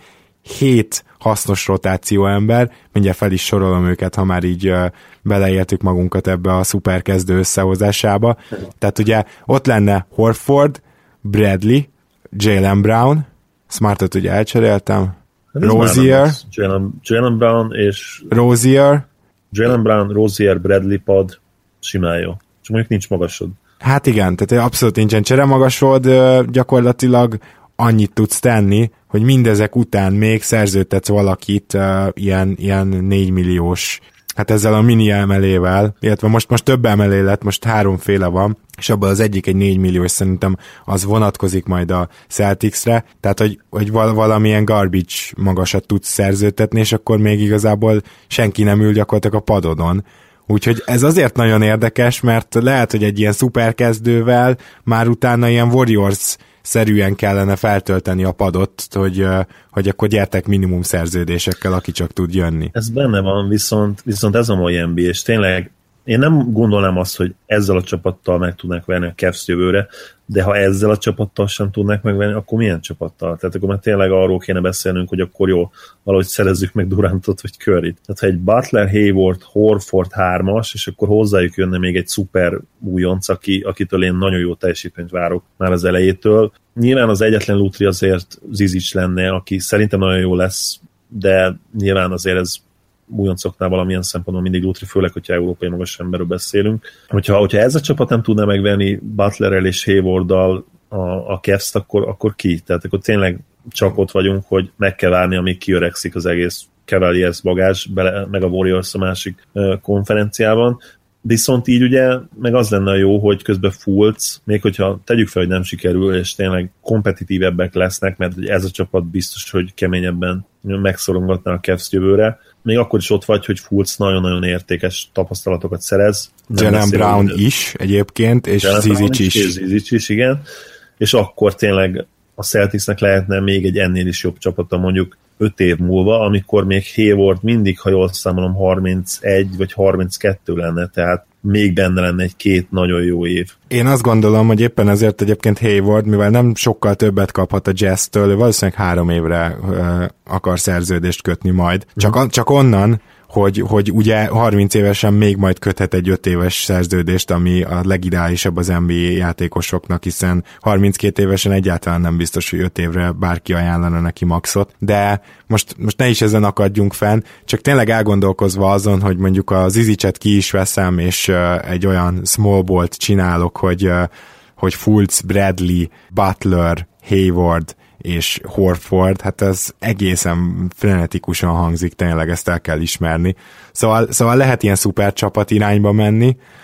hét hasznos rotáció ember, mindjárt fel is sorolom őket, ha már így uh, beleéltük magunkat ebbe a szuperkezdő összehozásába. Tehát ugye ott lenne Horford, Bradley, Jaylen Brown, Smartot ugye elcseréltem, Rozier, Jaylen Brown és Rozier, Jaylen Brown, Rozier, Bradley pad, simán jó. Csak mondjuk nincs magasod. Hát igen, tehát abszolút nincsen cseremagasod, gyakorlatilag annyit tudsz tenni, hogy mindezek után még szerződtetsz valakit uh, ilyen, ilyen négy milliós, hát ezzel a mini emelével, illetve most, most több emelé lett, most háromféle van, és abban az egyik egy négy milliós, szerintem az vonatkozik majd a Celticsre, tehát hogy, hogy valamilyen garbage magasat tudsz szerződtetni, és akkor még igazából senki nem ül gyakorlatilag a padodon. Úgyhogy ez azért nagyon érdekes, mert lehet, hogy egy ilyen szuperkezdővel már utána ilyen Warriors szerűen kellene feltölteni a padot, hogy, hogy akkor gyertek minimum szerződésekkel, aki csak tud jönni. Ez benne van, viszont, viszont ez a mai en bé á, és tényleg én nem gondolnám azt, hogy ezzel a csapattal meg tudnák venni a Cavs jövőre, de ha ezzel a csapattal sem tudnák megvenni, akkor milyen csapattal? Tehát akkor már tényleg arról kéne beszélnünk, hogy akkor jó, valahogy szerezzük meg Durantot vagy Curryt. Tehát ha egy Butler, Hayward, Horford hármas, és akkor hozzájuk jönne még egy szuper újonc, aki, akitől én nagyon jó teljesítményt várok már az elejétől. Nyilván az egyetlen lutri azért Zizic lenne, aki szerintem nagyon jó lesz, de nyilván azért ez újoncoknál valamilyen szempontból mindig lutri, főleg, hogyha európai magas emberről beszélünk. Hogyha, hogyha ez a csapat nem tudná megvenni Butlerrel és Haywarddal a, a Cavs-t, akkor, akkor ki? Tehát akkor tényleg csak ott vagyunk, hogy meg kell várni, amíg kiöregszik az egész Cavaliers bagázs, bele, meg a Warriors a másik uh, konferenciában. Viszont így ugye meg az lenne jó, hogy közben Fultz, még hogyha tegyük fel, hogy nem sikerül, és tényleg kompetitívebbek lesznek, mert ez a csapat biztos, hogy keményebben megszorongatná a Cavs jövőre, még akkor is ott vagy, hogy Fultz nagyon-nagyon értékes tapasztalatokat szerez. Jaylen Brown is egyébként, és Zizic is. És Zizic is, igen. És akkor tényleg a Celticsnek lehetne még egy ennél is jobb csapata mondjuk öt év múlva, amikor még Hayward mindig, ha jól számolom, harmincegy vagy harminckettő lenne, tehát még benne lenne egy két nagyon jó év. Én azt gondolom, hogy éppen ezért egyébként Hayward, mivel nem sokkal többet kaphat a Jazz-től, ő valószínűleg három évre uh, akar szerződést kötni majd. Csak, mm. csak onnan, hogy, hogy ugye harminc évesen még majd köthet egy öt éves szerződést, ami a legideálisabb az en bé á játékosoknak, hiszen harminckét évesen egyáltalán nem biztos, hogy öt évre bárki ajánlana neki maxot, de most, most ne is ezen akadjunk fenn, csak tényleg elgondolkozva azon, hogy mondjuk a Zizicet ki is veszem, és uh, egy olyan small ballt csinálok, hogy, uh, hogy Fultz, Bradley, Butler, Hayward és Horford, hát ez egészen frenetikusan hangzik, tényleg ezt el kell ismerni. Szóval, szóval lehet ilyen szuper csapat irányba menni.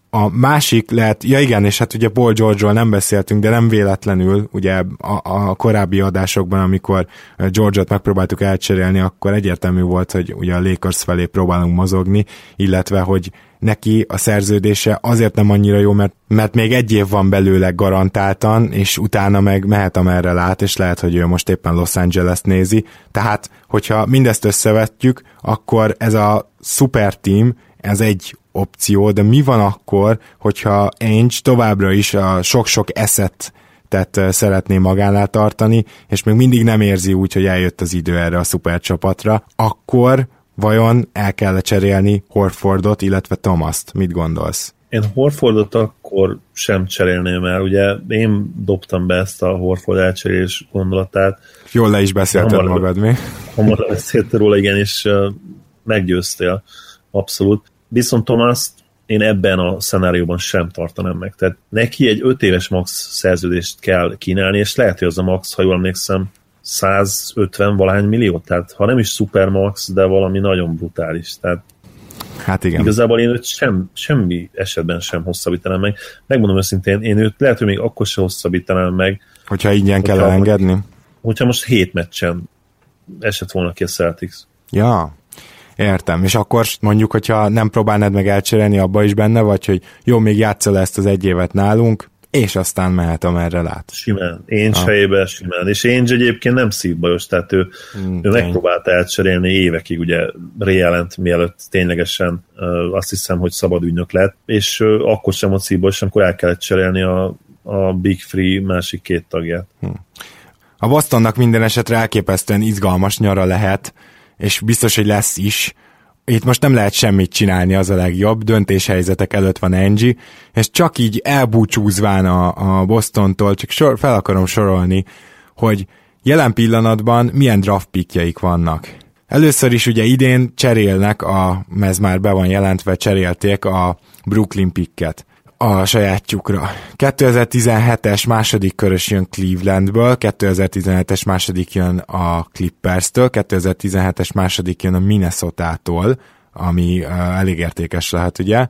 A másik lehet, ja igen, és hát ugye Paul George-ról nem beszéltünk, de nem véletlenül, ugye a, a korábbi adásokban, amikor George-ot megpróbáltuk elcserélni, akkor egyértelmű volt, hogy ugye a Lakers felé próbálunk mozogni, illetve, hogy neki a szerződése azért nem annyira jó, mert, mert még egy év van belőle garantáltan, és utána meg mehet amerre lát, és lehet, hogy ő most éppen Los Angeles nézi. Tehát, hogyha mindezt összevetjük, akkor ez a szuper team, ez egy opció, de mi van akkor, hogyha Ainge továbbra is a sok-sok asset tehát szeretné magánál tartani, és még mindig nem érzi úgy, hogy eljött az idő erre a szupercsapatra, akkor vajon el kell cserélni Horfordot, illetve Thomast? Mit gondolsz? Én Horfordot akkor sem cserélném el, ugye én dobtam be ezt a Horford elcserélés gondolatát. Jól le is beszélted hamar, magad, mi? Hamar beszéltél róla, igen, és uh, meggyőztél, abszolút. Viszont Thomast én ebben a szenárióban sem tartanám meg. Tehát neki egy öt éves max szerződést kell kínálni, és lehet, hogy az a max, ha jól emlékszem, száz ötven valahány millió, tehát ha nem is szupermax, de valami nagyon brutális. Tehát hát igen. Igazából én őt sem, semmi esetben sem hosszabbítanám meg. Megmondom őszintén, én őt lehet, hogy még akkor sem hosszabbítanám meg. Hogyha ingyen kell elengedni? Hogyha most hét meccsen esett volna ki a Celtics. Ja, értem. És akkor mondjuk, hogyha nem próbálnád meg elcserélni, abba is benne vagy, hogy jó, még játszol ezt az egy évet nálunk, és aztán mehet, amerre lát. Simán. Én ah. fejében simán. És én egyébként nem szívbajos, tehát ő, hmm, ő megpróbálta elcserélni évekig, ugye Ray Allent mielőtt ténylegesen uh, azt hiszem, hogy szabad ügynök lett, és uh, akkor sem volt szívbajos, amikor el kellett cserélni a, a Big Free másik két tagját. Hmm. A Bostonnak minden esetre elképesztően izgalmas nyara lehet, és biztos, hogy lesz is. Itt most nem lehet semmit csinálni, az a legjobb, döntéshelyzetek előtt van Angie, és csak így elbúcsúzván a, a Bostontól, csak sor, fel akarom sorolni, hogy jelen pillanatban milyen draft pickjeik vannak. Először is ugye idén cserélnek, a, ez már be van jelentve, cserélték a Brooklyn picket a sajátjukra. kétezer-tizenhetes második körös jön Clevelandből, kétezer-tizenhetes második jön a Clipperstől, kétezer-tizenhetes második jön a Minnesotától, ami uh, elég értékes lehet, ugye.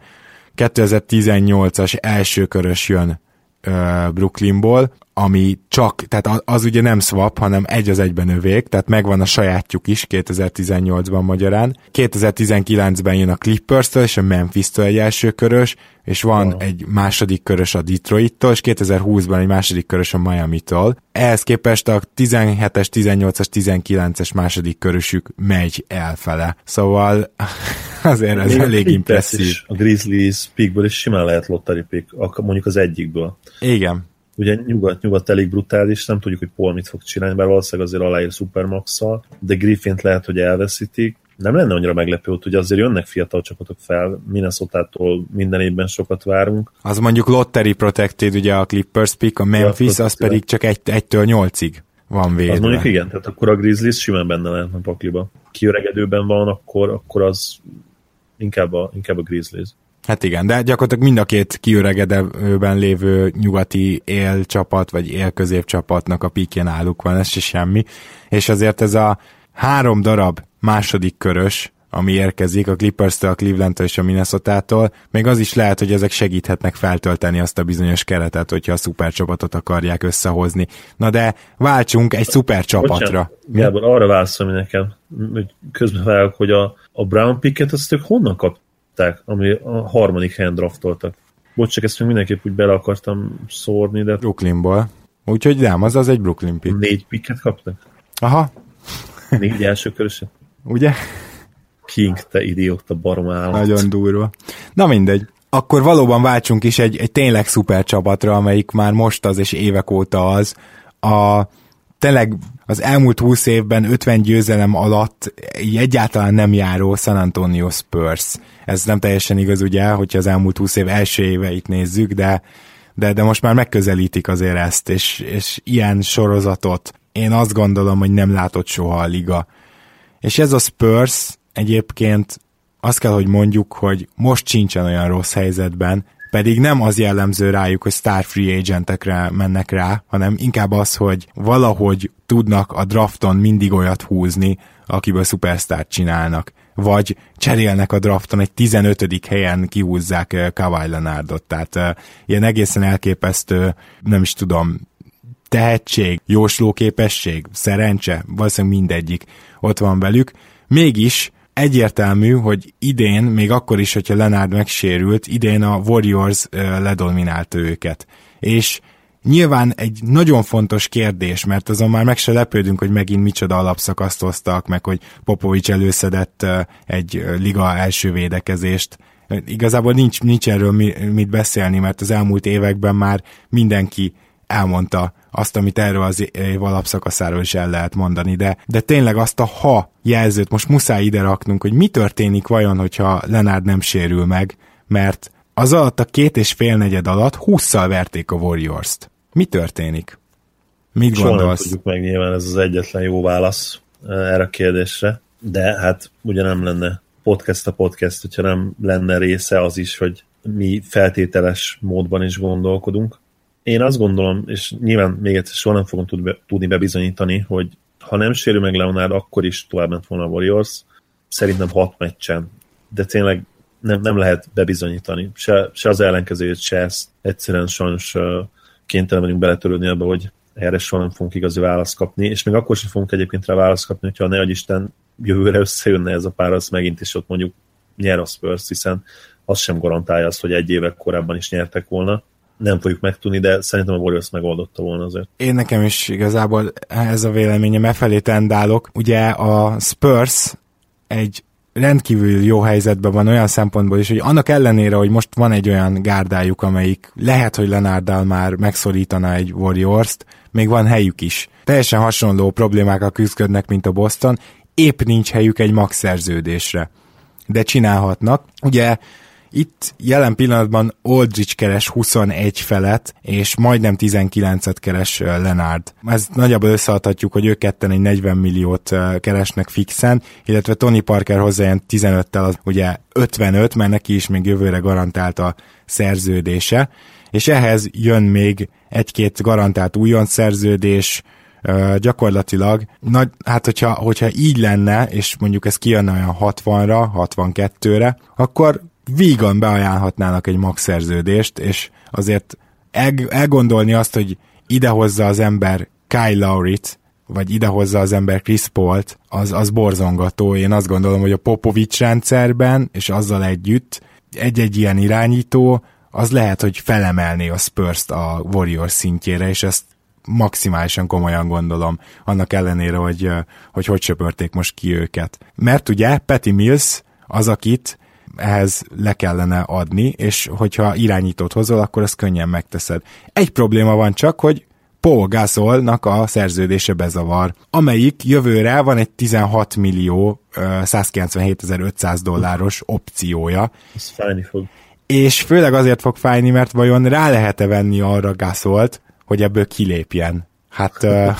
kétezer-tizennyolcas első körös jön uh, Brooklynból, ami csak, tehát az ugye nem swap, hanem egy az egyben övék, tehát megvan a sajátjuk is kétezer-tizennyolcban magyarán. kétezer-tizenkilencben jön a Clippers-től és a Memphis-től egy első körös, és van wow. egy második körös a Detroit-tól, és kétezer-húszban egy második körös a Miami-től. Ehhez képest a tizenhetes, tizennyolcas, tizenkilences második körösük megy elfele. Szóval azért ez még elég impresszív. A Grizzlies pickből is simán lehet lottery pick, mondjuk az egyikből. Igen. Ugye nyugat, nyugat elég brutális, nem tudjuk, hogy Paul mit fog csinálni, bár valószínűleg azért aláír Supermax-szal, de Griffint lehet, hogy elveszítik. Nem lenne annyira meglepő, hogy ugye azért jönnek fiatal csapatok fel, Minnesotától minden évben sokat várunk. Az mondjuk lottery protected, ugye a Clippers pick, a Memphis, ja, az pedig csak egy, egytől nyolcig van védve. Az mondjuk igen, tehát akkor a Grizzlies simán benne lehet a pakliba. Kiöregedőben van, akkor, akkor az inkább a, inkább a Grizzlies. Hát igen, de gyakorlatilag mind a két kiöregedőben lévő nyugati élcsapat, vagy élközépcsapatnak a pikjén álluk van, ez se semmi. És azért ez a három darab második körös, ami érkezik a Clippers-től, a Cleveland-től és a Minnesotától, még az is lehet, hogy ezek segíthetnek feltölteni azt a bizonyos keretet, hogyha a szupercsapatot akarják összehozni. Na de váltsunk egy szupercsapatra. Gábor, arra válaszolom nekem, hogy közben válok, hogy a, a Brown picket azt ők honnan kapták, ami a harmadik helyen draftoltak. Bocs, csak ezt még mindenképp úgy bele akartam szórni, de... Brooklynból. Úgyhogy nem, az az egy Brooklyn pick. Négy picket kaptak? Aha. Négy első köröset. Ugye? King, te idióta barom állat. Nagyon durva. Na mindegy. Akkor valóban váltsunk is egy, egy tényleg szuper csapatra, amelyik már most az és évek óta az. A, tényleg az elmúlt húsz évben ötven győzelem alatt így egyáltalán nem járó San Antonio Spurs. Ez nem teljesen igaz, ugye, hogyha az elmúlt húsz év első éveit nézzük, de, de, de most már megközelítik azért ezt, és, és ilyen sorozatot én azt gondolom, hogy nem látott soha a liga. És ez a Spurs egyébként azt kell, hogy mondjuk, hogy most sincsen olyan rossz helyzetben, pedig nem az jellemző rájuk, hogy star free agentekre mennek rá, hanem inkább az, hogy valahogy tudnak a drafton mindig olyat húzni, akiből szupersztárt csinálnak. vagy cserélnek a drafton, egy tizenötödik helyen kihúzzák Kawhi Leonardot, tehát uh, ilyen egészen elképesztő, nem is tudom, tehetség, jóslóképesség, szerencse, valószínűleg mindegyik ott van velük. Mégis egyértelmű, hogy idén, még akkor is, hogyha Leonard megsérült, idén a Warriors uh, ledominálta őket. És nyilván egy nagyon fontos kérdés, mert azon már meg se lepődünk, hogy megint micsoda alapszakaszt hoztak, meg hogy Popovics előszedett uh, egy liga első védekezést. Igazából nincs, nincs erről mit beszélni, mert az elmúlt években már mindenki elmondta azt, amit erről az év alapszakaszáról is el lehet mondani, de, de tényleg azt a ha jelzőt most muszáj ide raknunk, hogy mi történik vajon, hogyha Leonard nem sérül meg, mert az alatt a két és fél negyed alatt hússzal verték a Warriors-t. Mi történik? Mit Soha gondolsz? nem tudjuk meg, nyilván ez az egyetlen jó válasz erre a kérdésre, de hát ugye nem lenne podcast a podcast, hogyha nem lenne része az is, hogy mi feltételes módban is gondolkodunk. Én azt gondolom, és nyilván még egyszer soha nem fogom tudni bebizonyítani, hogy ha nem sérül meg Leonard, akkor is tovább ment volna a Warriors. Szerintem hat meccsen. De tényleg nem, nem lehet bebizonyítani. Se, se az ellenkezőjét, se ezt. Egyszerűen sajnos kénytelen vagyunk beletörődni abba, hogy erre soha nem fogunk igazi választ kapni, és még akkor sem fogunk egyébként rá választ kapni, hogyha ne adj Isten jövőre összejönne ez a pár, az megint is ott mondjuk nyer a Spurs, hiszen az sem garantálja azt, hogy egy évek korábban is nyertek volna. Nem fogjuk megtudni, de szerintem a Warriors megoldotta volna azért. Én nekem is igazából ez a véleményem, e felé tendálok. Ugye a Spurs egy rendkívül jó helyzetben van olyan szempontból is, hogy annak ellenére, hogy most van egy olyan gárdájuk, amelyik lehet, hogy Leonarddal már megszorítaná egy Warriors-t, még van helyük is. Teljesen hasonló problémákkal küzdködnek, mint a Boston, épp nincs helyük egy max szerződésre. De csinálhatnak. Ugye itt jelen pillanatban Aldridge keres huszonegy felett, és majdnem tizenkilencet keres Leonard. Ez nagyjából összeadhatjuk, hogy ők ketten egy negyven milliót keresnek fixen, illetve Tony Parker hozzájön tizenöttel, az ugye ötvenöt, mert neki is még jövőre garantált a szerződése, és ehhez jön még egy-két garantált újonc szerződés, Uh, gyakorlatilag, nagy, hát hogyha, hogyha így lenne, és mondjuk ez kijönne olyan hatvanra, hatvankettőre, akkor vígan beajánlhatnának egy max szerződést, és azért el, elgondolni azt, hogy idehozza az ember Kyle Lowry-t, vagy idehozza az ember Chris Paul-t, az, az borzongató. Én azt gondolom, hogy a Popovics rendszerben, és azzal együtt egy-egy ilyen irányító, az lehet, hogy felemelné a Spurs-t a Warriors szintjére, és ezt maximálisan komolyan gondolom, annak ellenére, hogy hogy, hogy söpörték most ki őket. Mert ugye Patty Mills az, akit ehhez le kellene adni, és hogyha irányítót hozol, akkor azt könnyen megteszed. Egy probléma van csak, hogy Paul Gasolnak a szerződése bezavar, amelyik jövőre van egy tizenhat millió százkilencvenhétezer-ötszáz dolláros opciója. Ez fájni fog. És főleg azért fog fájni, mert vajon rá lehet-e venni arra Gasolt, hogy ebből kilépjen. Hát, uh,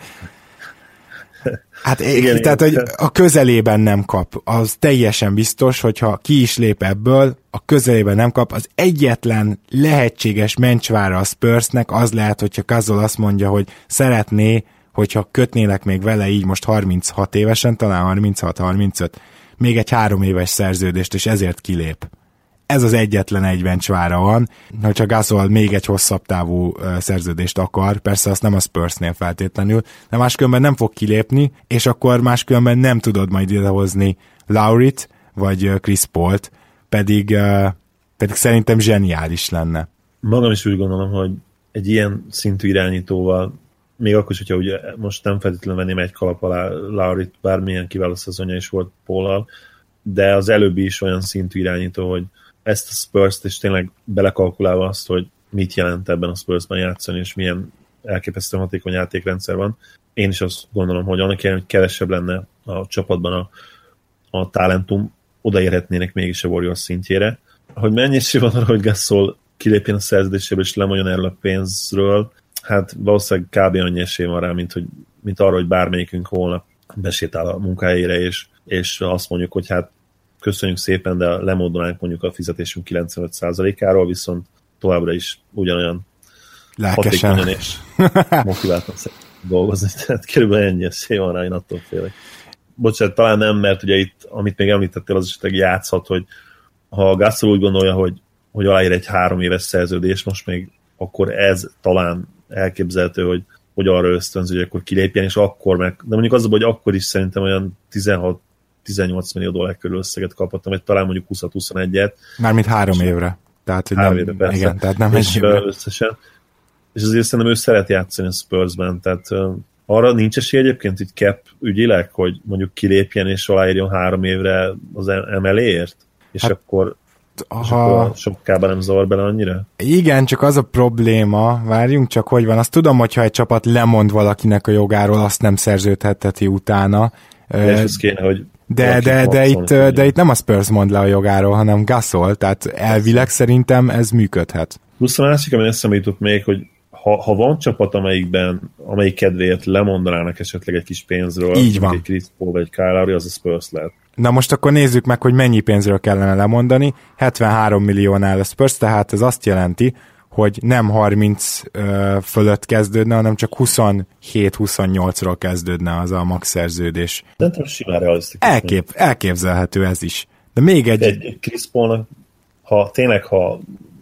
hát igen, tehát, hogy a közelében nem kap. Az teljesen biztos, hogyha ki is lép ebből, a közelében nem kap. Az egyetlen lehetséges mencsvára a Spursnek az lehet, hogyha Gasol azt mondja, hogy szeretné, hogyha kötnének még vele így most harminchat évesen, talán harminchat harmincöt, még egy három éves szerződést, és ezért kilép. Ez az egyetlen egy benchvára van, hogyha Gasol még egy hosszabb távú szerződést akar, persze azt nem a Spursnél feltétlenül, de máskülönben nem fog kilépni, és akkor máskülönben nem tudod majd idehozni Lowryt, vagy Chris Pault, pedig, pedig szerintem zseniális lenne. Magam is úgy gondolom, hogy egy ilyen szintű irányítóval, még akkor is, hogyha ugye most nem feltétlenül venném egy kalap alá Lowryt, bármilyen kiváló szezonja is volt Paul-al, de az előbbi is olyan szintű irányító, hogy ezt a Spurs-t, és tényleg belekalkulálva azt, hogy mit jelent ebben a Spurs-ben játszani, és milyen elképesztő hatékony játékrendszer van. Én is azt gondolom, hogy annak jelent, hogy kevesebb lenne a csapatban a, a talentum, odaérhetnének mégis a Warriors szintjére. Hogy mennyi esély van arra, hogy Gasol kilépjen a szerződéséből, és lemondjon erről a pénzről, hát valószínűleg kb. Annyi esély van rá, mint, hogy, mint arra, hogy bármelyikünk holnap besétál a munkahelyére, és, és azt mondjuk, hogy hát köszönjük szépen, de lemódolnánk mondjuk a fizetésünk kilencvenöt százalékáról, viszont továbbra is ugyanolyan hatékonyan és motiváltan dolgozni. Tehát körülbelül ennyi esély van rá, én attól félek. bocsánat, talán nem, mert ugye itt, amit még említettél, az esetleg játszhat, hogy ha a Gasol úgy gondolja, hogy, hogy aláír egy három éves szerződés, most még akkor ez talán elképzelhető, hogy, hogy arra ösztönző, hogy akkor kilépjen, és akkor meg, de mondjuk az, hogy akkor is szerintem olyan tizenhat-tizennyolc millió dollár körül összeget kaphattam, vagy talán mondjuk húsz-huszonegyet. Mármint három évre. Tehát, hogy három nem, évre, persze. Igen, tehát nem és, egy évre. Összesen. És azért szerintem ő szeret játszani a Spursben, tehát uh, arra nincs esély egyébként így cap ügyileg, hogy mondjuk kilépjen és aláírjon három évre az em el á-ért? És hát, akkor, ha... és akkor sokkában nem zavar bele annyira? Igen, csak az a probléma, várjunk csak, hogy van. Azt tudom, hogyha egy csapat lemond valakinek a jogáról, azt nem szerződhetheti utána. És ez kéne, hogy de, de, de, itt, de itt nem a Spurs mond le a jogáról, hanem Gasol, tehát elvileg szerintem ez működhet. Plusz a másik, ami eszembe jutott még, hogy ha, ha van csapat, amelyikben, amelyik kedvéért lemondanának esetleg egy kis pénzről, így van. Egy Chris Paul vagy Kyle Lowry, az a Spurs lehet. Na most akkor nézzük meg, hogy mennyi pénzről kellene lemondani. hetvenhárom milliónál a Spurs, tehát ez azt jelenti, hogy nem harminc ö, fölött kezdődne, hanem csak huszonhét-huszonnyolcról kezdődne az a max szerződés. De nem simán realisztikus. Elkép, elképzelhető ez is. De még egy... Egy, egy Chris Paulnak, ha tényleg, ha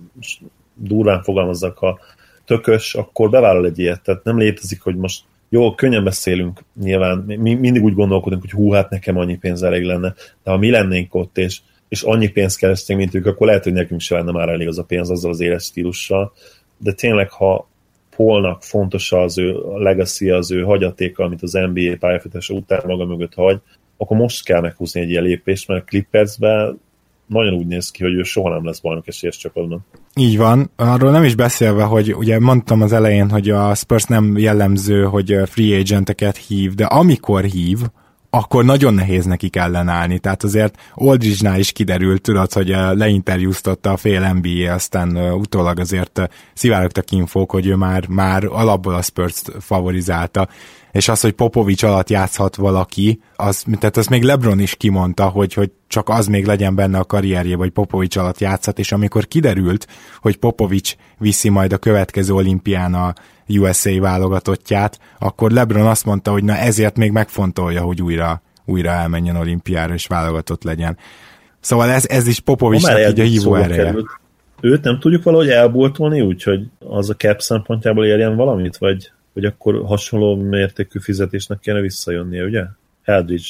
durván fogalmazzak, ha tökös, akkor bevállal egy ilyet. Tehát nem létezik, hogy most jó, könnyen beszélünk, nyilván mi mindig úgy gondolkodunk, hogy hú, hát nekem annyi pénz elég lenne, de ha mi lennénk ott, és, és annyi pénzt keresnénk, mint ők, akkor lehet, hogy nekünk se lenne már elég az a pénz azzal az életstílussal, de tényleg, ha Paulnak fontos az ő legacy, az ő hagyatéka, amit az en bé á pályafutása után maga mögött hagy, akkor most kell meghúzni egy ilyen lépést, mert a Clippersben nagyon úgy néz ki, hogy ő soha nem lesz bajnok esélyes csapatban. Így van. Arról nem is beszélve, hogy ugye mondtam az elején, hogy a Spurs nem jellemző, hogy free agenteket hív, de amikor hív, akkor nagyon nehéz nekik ellenállni. Tehát azért Aldridge-nál is kiderült, tudod, hogy leinterjúztatta a fél en bé á, aztán utólag azért szivárogtak infók, hogy ő már, már alapból a Spurs-t favorizálta. És az, hogy Popovics alatt játszhat valaki, az, tehát azt még LeBron is kimondta, hogy, hogy csak az még legyen benne a karrierje, vagy Popovics alatt játszhat, és amikor kiderült, hogy Popovics viszi majd a következő olimpián a u es á válogatottját, akkor LeBron azt mondta, hogy na ezért még megfontolja, hogy újra, újra elmenjen olimpiára, és válogatott legyen. Szóval ez, ez is Popovicsnak így a hívó ereje. Került. Őt nem tudjuk valahogy elboltolni úgy, hogy az a cap szempontjából érjen valamit, vagy hogy akkor hasonló mértékű fizetésnek kéne visszajönnie, ugye? Aldridge.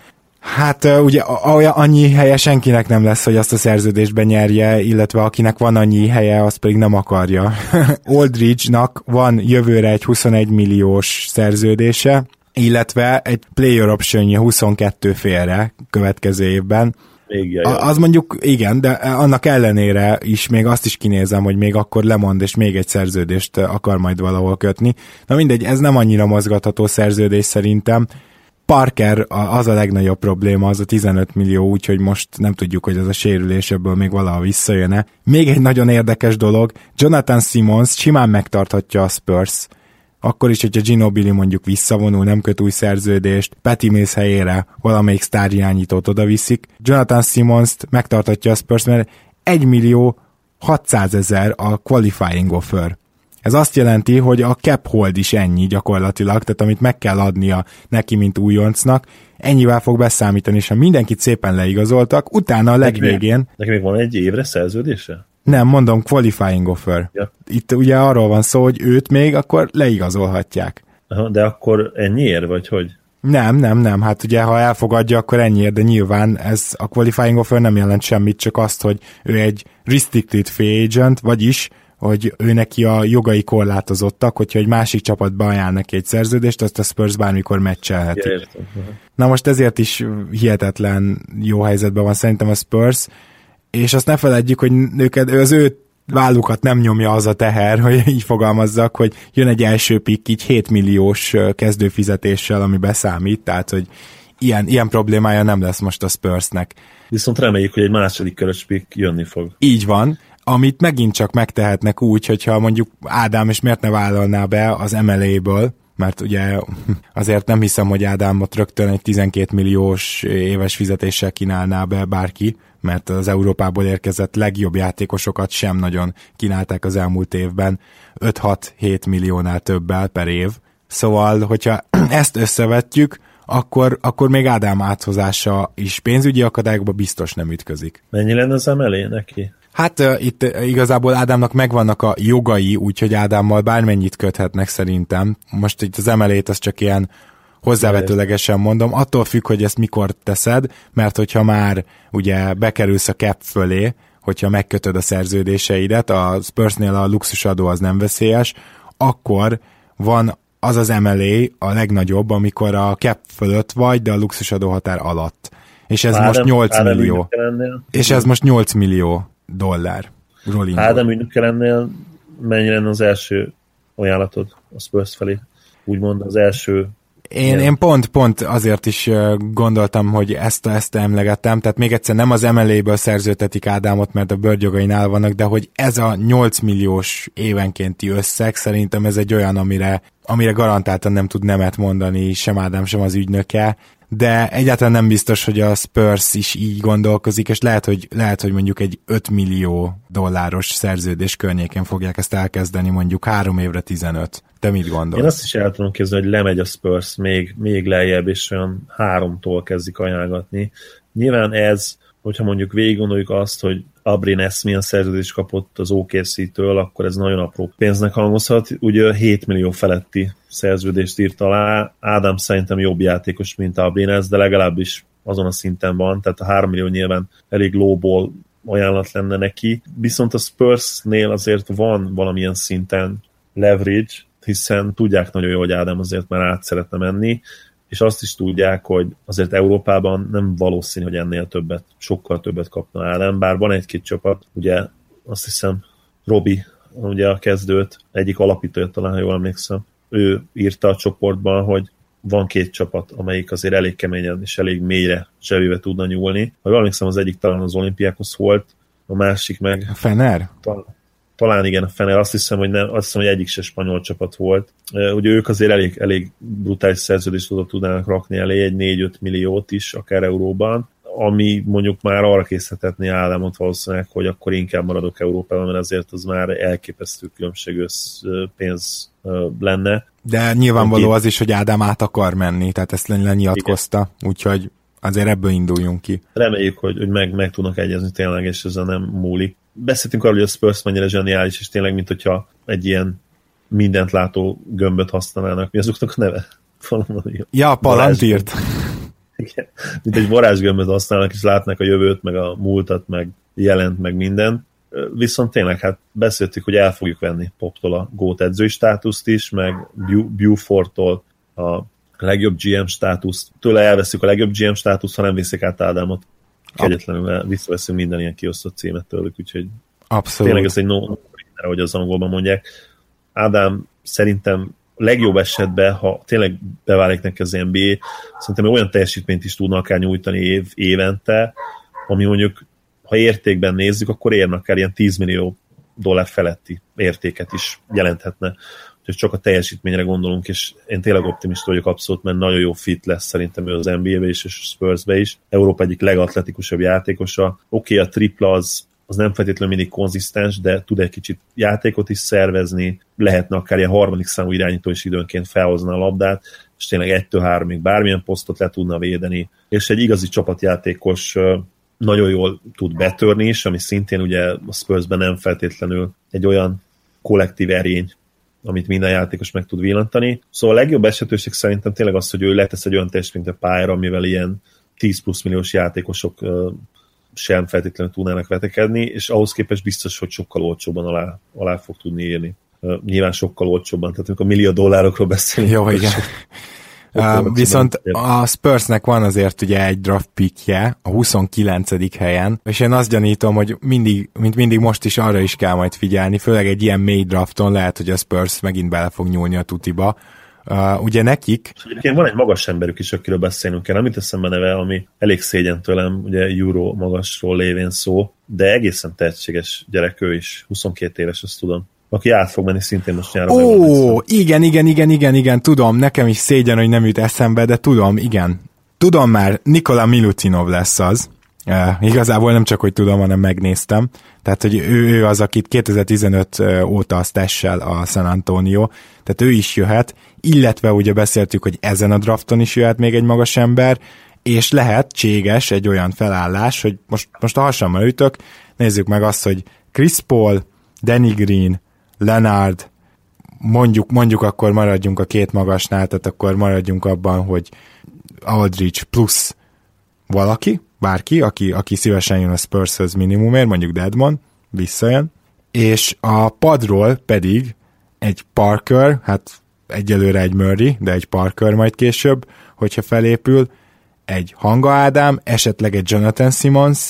Hát ugye annyi helye senkinek nem lesz, hogy azt a szerződésben nyerje, illetve akinek van annyi helye, az pedig nem akarja. Aldridge-nak van jövőre egy huszonegy milliós szerződése, illetve egy player optionje huszonkettő félre következő évben. A, az mondjuk igen, de annak ellenére is még azt is kinézem, hogy még akkor lemond, és még egy szerződést akar majd valahol kötni. Na mindegy, ez nem annyira mozgatható szerződés szerintem. Parker az a legnagyobb probléma, az a tizenöt millió, úgyhogy most nem tudjuk, hogy ez a sérülés ebből még valaha visszajön-e. Még egy nagyon érdekes dolog, Jonathan Simmons simán megtarthatja a Spurs, akkor is, hogyha Ginobili mondjuk visszavonul, nem köt új szerződést, Patty Mills helyére valamelyik sztárirányítót oda viszik. Jonathan Simmons-t megtartatja a Spurs, mert egy millió hatszázezer a qualifying offer. Ez azt jelenti, hogy a cap hold is ennyi gyakorlatilag, tehát amit meg kell adnia neki, mint újoncnak, ennyivel fog beszámítani, és ha mindenkit szépen leigazoltak, utána a legvégén... Neki még van egy évre szerződése? Nem, mondom, qualifying offer. Ja. Itt ugye arról van szó, hogy őt még akkor leigazolhatják. Aha, de akkor ennyiért, vagy hogy? Nem, nem, nem. Hát ugye, ha elfogadja, akkor ennyiért, de nyilván ez a qualifying offer nem jelent semmit, csak azt, hogy ő egy restricted free agent, vagyis, hogy ő neki a jogai korlátozottak, hogyha egy másik csapatba ajánl neki egy szerződést, azt a Spurs bármikor meccselheti. Ja, Na most ezért is hihetetlen jó helyzetben van szerintem a Spurs, és azt ne feledjük, hogy őket, az ő vállukat nem nyomja az a teher, hogy így fogalmazzak, hogy jön egy első pikk így hét milliós kezdőfizetéssel, ami beszámít, tehát hogy ilyen, ilyen problémája nem lesz most a Spursnek. Viszont reméljük, hogy egy második körös pikk jönni fog. Így van, amit megint csak megtehetnek úgy, hogyha mondjuk Ádám és miért ne vállalná be az em el á-ből, mert ugye azért nem hiszem, hogy Ádámot rögtön egy tizenkét milliós éves fizetéssel kínálná be bárki, mert az Európából érkezett legjobb játékosokat sem nagyon kínálták az elmúlt évben, öt-hat-hét milliónál többel per év. Szóval, hogyha ezt összevetjük, akkor, akkor még Ádám áthozása is pénzügyi akadályokba biztos nem ütközik. Mennyi lenne az emelé neki? Hát uh, itt uh, igazából Ádámnak megvannak a jogai, úgyhogy Ádámmal bármennyit köthetnek szerintem. Most itt az emelét az csak ilyen hozzávetőlegesen mondom, attól függ, hogy ezt mikor teszed, mert hogyha már ugye bekerülsz a cap fölé, hogyha megkötöd a szerződéseidet, a Spursnél a luxusadó az nem veszélyes, akkor van az az emelé a legnagyobb, amikor a cap fölött vagy, de a luxusadó határ alatt. És ez Ádám, most nyolc Ádám millió. És ez most nyolc millió dollár. Ádám ügynöke lennél, mennyire lenne az első ajánlatod a Spurs felé? Úgymond az első. Én, én pont, pont azért is gondoltam, hogy ezt, ezt emlegettem, tehát még egyszer nem az em el á-ből szerződtetik Ádámot, mert a bőrjogainál vannak, de hogy ez a nyolc milliós évenkénti összeg, szerintem ez egy olyan, amire, amire garantáltan nem tud nemet mondani sem Ádám, sem az ügynöke, de egyáltalán nem biztos, hogy a Spurs is így gondolkozik, és lehet, hogy, lehet, hogy mondjuk egy öt millió dolláros szerződés környékén fogják ezt elkezdeni, mondjuk három évre tizenöt. Te mit gondolsz? Én azt is el tudom képzelni, hogy lemegy a Spurs még, még lejjebb, és olyan háromtól kezdik ajánlgatni. Nyilván ez, hogyha mondjuk végig gondoljuk azt, hogy Abrines milyen szerződést kapott az o ká cé-től, akkor ez nagyon apró pénznek hangozhat. Ugye hét millió feletti szerződést írt alá. Ádám szerintem jobb játékos, mint Abrines, de legalábbis azon a szinten van, tehát a három millió nyilván elég lowball ajánlat lenne neki. Viszont a Spursnél azért van valamilyen szinten leverage, hiszen tudják nagyon jól, hogy Ádám azért már át szeretne menni, és azt is tudják, hogy azért Európában nem valószínű, hogy ennél többet, sokkal többet kapna Ádám, bár van egy-két csapat, ugye azt hiszem Robi, ugye a kezdőt, egyik alapítója talán, ha jól emlékszem, ő írta a csoportban, hogy van két csapat, amelyik azért elég keményen és elég mélyre zsebébe tudna nyúlni. Ha jól emlékszem, az egyik talán az Olympiákos volt, a másik meg... A Fener? Talán, talán igen, a Fener. Azt hiszem, hogy nem, azt hiszem, hogy egyik se spanyol csapat volt. Ugye ők azért elég, elég brutális szerződést oda tudnának rakni elé, egy négy-öt milliót is, akár euróban, ami mondjuk már arra készítetné Ádámot valószínűleg, hogy akkor inkább maradok Európában, mert azért az már elképesztő különbségű pénz lenne. De nyilvánvaló az is, hogy Ádám át akar menni, tehát ezt lenyilatkozta, úgyhogy azért ebből induljunk ki. Reméljük, hogy, hogy meg, meg tudnak egyezni tényleg, és ezzel nem múlik. Beszéltünk arról, hogy a Spurs mennyire zseniális, és tényleg, mint hogyha egy ilyen mindent látó gömböt használnának. Mi azoknak a neve? Ja, Palantírt. Igen. Mint egy varázsgömböt használnak, és látnak a jövőt, meg a múltat, meg jelent, meg minden. Viszont tényleg, hát beszéltük, hogy el fogjuk venni Poptól a gót edzői státuszt is, meg Bufordtól a legjobb gé em státuszt. Tőle elveszünk a legjobb gé em státuszt, ha nem viszik át Ádámot. Kegyetlenül visszaveszünk minden ilyen kiosztott címet tőlük, úgyhogy abszolút. Tényleg ez egy no ahogy az angolban mondják. Ádám szerintem legjobb esetben, ha tényleg beválik neki az en bé á, szerintem olyan teljesítményt is tudna akár nyújtani év, évente, ami mondjuk, ha értékben nézzük, akkor érnek el ilyen tíz millió dollár feletti értéket is jelenthetne. Úgyhogy csak a teljesítményre gondolunk, és én tényleg optimista vagyok abszolút, mert nagyon jó fit lesz szerintem ő az en bé á-be is, és a Spursbe is. Európa egyik legatletikusabb játékosa. Oké, okay, a tripla az az nem feltétlenül mindig konzisztens, de tud egy kicsit játékot is szervezni, lehetne akár ilyen harmadik számú irányító is időnként felhozni a labdát, és tényleg egytől háromig bármilyen posztot le tudna védeni, és egy igazi csapatjátékos nagyon jól tud betörni is, ami szintén ugye a Spursben nem feltétlenül egy olyan kollektív erény, amit minden játékos meg tud villantani. Szóval a legjobb esetőség szerintem tényleg az, hogy ő letesz egy olyan teljesítményt a pályára, amivel ilyen tíz plusz milliós játékosok sem feltétlenül tudnának vetekedni, és ahhoz képest biztos, hogy sokkal olcsóbban alá, alá fog tudni írni. Uh, nyilván sokkal olcsóbban, tehát amikor millió dollárokról beszélünk. Jó, igen. Uh, viszont a Spursnek van azért ugye egy draft pickje a huszonkilencedik helyen, és én azt gyanítom, hogy mindig, mint mindig most is arra is kell majd figyelni, főleg egy ilyen mély drafton lehet, hogy a Spurs megint bele fog nyúlni a tutiba. Uh, ugye nekik... Egyébként van egy magas emberük is, akiről beszélnünk kell, amit eszembe neve, ami elég szégyen tőlem, ugye Euro magasról lévén szó, de egészen tehetséges gyerek ő is, huszonkét éves, azt tudom. Aki át fog menni szintén most nyára. Ó, igen, igen, igen, igen, igen, tudom, nekem is szégyen, hogy nem jut eszembe, de tudom, igen. Tudom már, Nikola Milutinov lesz az, Uh, igazából nem csak, hogy tudom, hanem megnéztem. Tehát, hogy ő, ő az, akit kétezer-tizenöt óta sztessel a San Antonio, tehát ő is jöhet, illetve ugye beszéltük, hogy ezen a drafton is jöhet még egy magas ember, és lehetséges egy olyan felállás, hogy most, most a hasammal ütök, nézzük meg azt, hogy Chris Paul, Danny Green, Leonard, mondjuk, mondjuk akkor maradjunk a két magasnál, tehát akkor maradjunk abban, hogy Aldridge plusz valaki, bárki, aki, aki szívesen jön a Spurshöz minimumért, mondjuk Dedmon, visszajön, és a padról pedig egy Parker, hát egyelőre egy Murray, de egy Parker majd később, hogyha felépül, egy Hanga Ádám, esetleg egy Jonathan Simmons,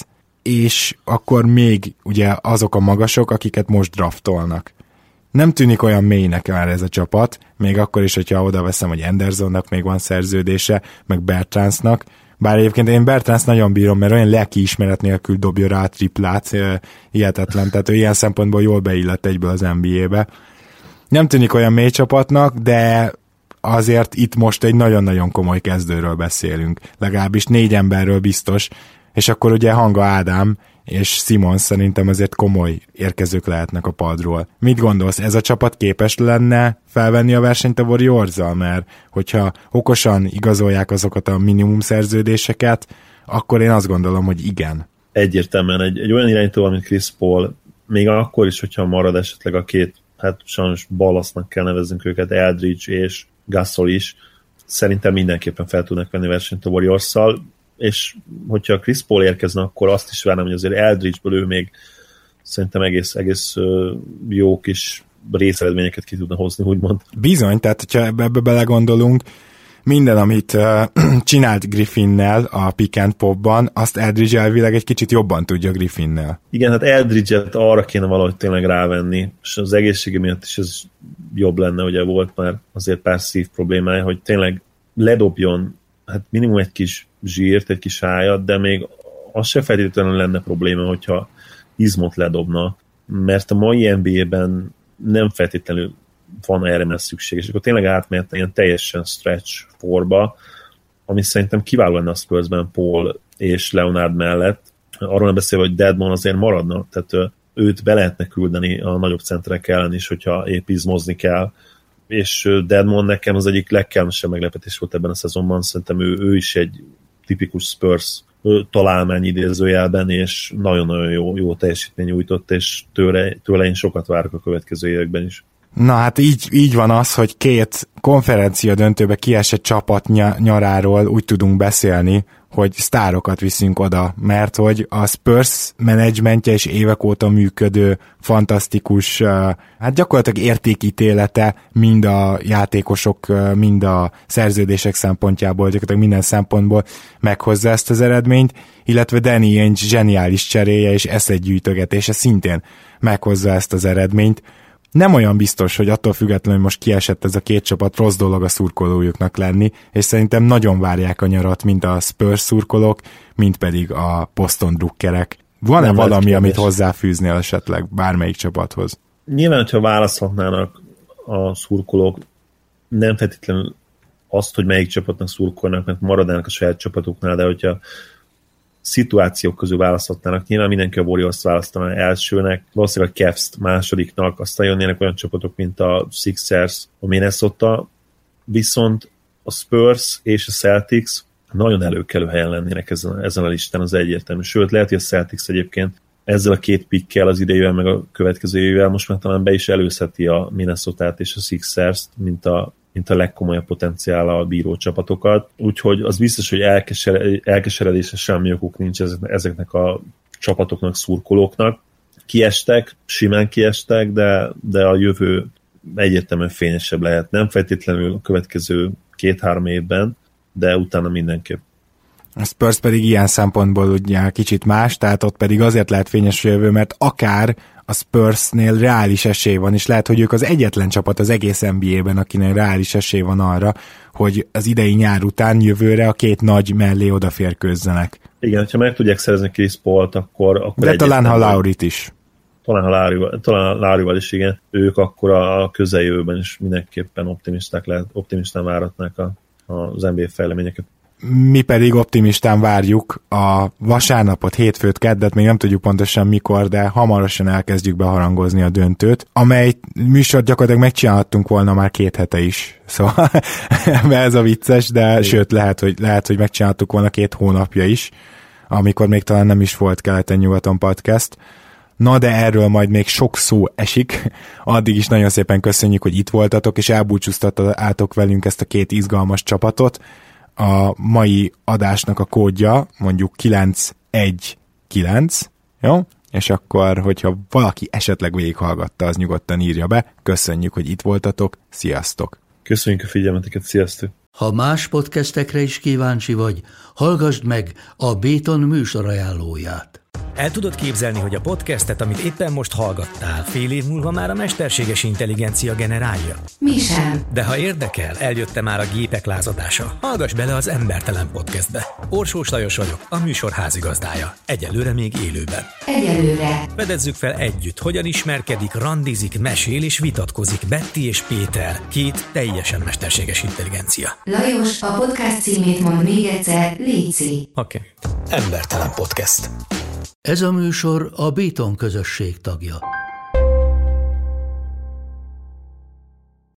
és akkor még ugye azok a magasok, akiket most draftolnak. Nem tűnik olyan mélynek már ez a csapat, még akkor is, hogyha oda veszem, hogy Andersonnak még van szerződése, meg Bertransnak, bár egyébként én Bertrans nagyon bírom, mert olyan lelki ismeret nélkül dobja rá a triplát, hihetetlen, tehát ő ilyen szempontból jól beillett egyből az en bé á-be. Nem tűnik olyan mély csapatnak, de azért itt most egy nagyon-nagyon komoly kezdőről beszélünk. Legalábbis négy emberről biztos, és akkor ugye Hanga Ádám és Simons szerintem azért komoly érkezők lehetnek a padról. Mit gondolsz, ez a csapat képes lenne felvenni a versenyt a Warriors-zal? Mert hogyha okosan igazolják azokat a minimum szerződéseket, akkor én azt gondolom, hogy igen. Egyértelműen egy, egy olyan irányító, mint Chris Paul, még akkor is, hogyha marad esetleg a két, hát sajnos balasznak kell nevezzünk őket, Aldridge és Gasol is, szerintem mindenképpen fel tudnak venni versenyt a Warriors-szal, és hogyha Chris Paul érkezne, akkor azt is várnám, hogy azért Aldridge-ből ő még szerintem egész, egész jó kis részeredményeket ki tudna hozni, úgymond. Bizony, tehát hogyha ebbe belegondolunk, minden, amit uh, csinált Griffinnel a pick and popban, azt Aldridge elvileg egy kicsit jobban tudja Griffinnel. Igen, hát Aldridge-et arra kéne valahogy tényleg rávenni, és az egészsége miatt is ez jobb lenne, ugye volt már azért pár szív problémája, hogy tényleg ledobjon hát minimum egy kis zsírt, egy kis hájat, de még az se feltétlenül lenne probléma, hogyha izmot ledobna, mert a mai en bé á-ben nem feltétlenül van erre már szükség, és akkor tényleg átmehet ilyen teljesen stretch forba, ami szerintem kiváló lenne a Spursben Paul és Leonard mellett. Arról nem beszélve, hogy Dedmon azért maradna, tehát őt be lehetne küldeni a nagyobb centerek ellen is, hogyha épp izmozni kell, és Dedmon nekem az egyik legkelmesebb meglepetés volt ebben a szezonban, szerintem ő, ő is egy tipikus Spurs találmány idézőjelben, és nagyon-nagyon jó, jó teljesítmény nyújtott, és tőle, tőle én sokat várok a következő években is. Na hát így, így van az, hogy két konferencia döntőbe kiesett csapat nyaráról úgy tudunk beszélni, hogy sztárokat viszünk oda, mert hogy a Spurs menedzsmentje és évek óta működő, fantasztikus, hát gyakorlatilag értékítélete mind a játékosok, mind a szerződések szempontjából, gyakorlatilag minden szempontból meghozza ezt az eredményt, illetve Danny Ainge zseniális cseréje és eszegyűjtögetése szintén meghozza ezt az eredményt. Nem olyan biztos, hogy attól függetlenül, hogy most kiesett ez a két csapat, rossz dolog a szurkolójuknak lenni, és szerintem nagyon várják a nyarat, mint a Spurs szurkolók, mint pedig a Boston drukkerek. Van-e nem valami, amit hozzáfűznél esetleg bármelyik csapathoz? Nyilván, hogyha választhatnának a szurkolók, nem feltétlenül azt, hogy melyik csapatnak szurkolnak, mert maradnának a saját csapatuknál, de hogyha szituációk közül választhatnának. Nyilván mindenki a Warriors választaná elsőnek, valószínűleg a Cavs-t másodiknak, aztán jönnének olyan csapatok, mint a Sixers, a Minnesota, viszont a Spurs és a Celtics nagyon előkelő helyen lennének ezen, ezen a listán, az egyértelmű. Sőt, lehet, hogy a Celtics egyébként ezzel a két pickkel az idejével, meg a következő évvel most már talán be is előzheti a Minnesotát és a Sixers-t, mint a mint a legkomolyabb potenciállal bíró csapatokat. Úgyhogy az biztos, hogy elkesered, elkeseredésre semmi okuk nincs ezeknek a csapatoknak, szurkolóknak. Kiestek, simán kiestek, de, de a jövő egyértelműen fényesebb lehet. Nem feltétlenül a következő két-három évben, de utána mindenképp. A Spurs pedig ilyen szempontból ugye kicsit más, tehát ott pedig azért lehet fényes a jövő, mert akár a Spursnél reális esély van, és lehet, hogy ők az egyetlen csapat az egész en bé á-ben, akinek reális esély van arra, hogy az idei nyár után jövőre a két nagy mellé odaférkőzzenek. Igen, ha meg tudják szerezni Chris Paul-t, akkor... akkor de talán ha Laurit is. Talán ha Laurival, talán Laurival is, igen. Ők akkor a közeljövőben is mindenképpen optimisták lehet, optimistán váratnák a, az en bé á fejleményeket. mi pedig optimistán várjuk a vasárnapot, hétfőt, keddet, még nem tudjuk pontosan mikor, de hamarosan elkezdjük beharangozni a döntőt, amely műsort gyakorlatilag megcsinálhattunk volna már két hete is. Szóval ez a vicces, de igen. Sőt, lehet hogy, lehet, hogy megcsináltuk volna két hónapja is, amikor még talán nem is volt Keleten-nyugaton podcast. Na, de erről majd még sok szó esik. Addig is nagyon szépen köszönjük, hogy itt voltatok, és elbúcsúztatátok velünk ezt a két izgalmas csapatot. A mai adásnak a kódja mondjuk kilenc egy kilenc, jó? És akkor, hogyha valaki esetleg végighallgatta, az nyugodtan írja be. Köszönjük, hogy itt voltatok. Sziasztok! Köszönjük a figyelmeteket, sziasztok! Ha más podcastekre is kíváncsi vagy, hallgassd meg a Béton műsor ajánlóját. El tudod képzelni, hogy a podcastet, amit éppen most hallgattál, fél év múlva már a mesterséges intelligencia generálja? Mi sem. De ha érdekel, eljötte már a gépek lázadása. Hallgass bele az Embertelen Podcastbe. Orsós Lajos vagyok, a műsor házigazdája. Egyelőre még élőben. Egyelőre. Fedezzük fel együtt, hogyan ismerkedik, randizik, mesél és vitatkozik Betty és Péter, két teljesen mesterséges intelligencia. Lajos, a podcast címét mond még egyszer, léci. Oké. Okay. Embertelen Podcast. Ez a műsor a Béton közösség tagja.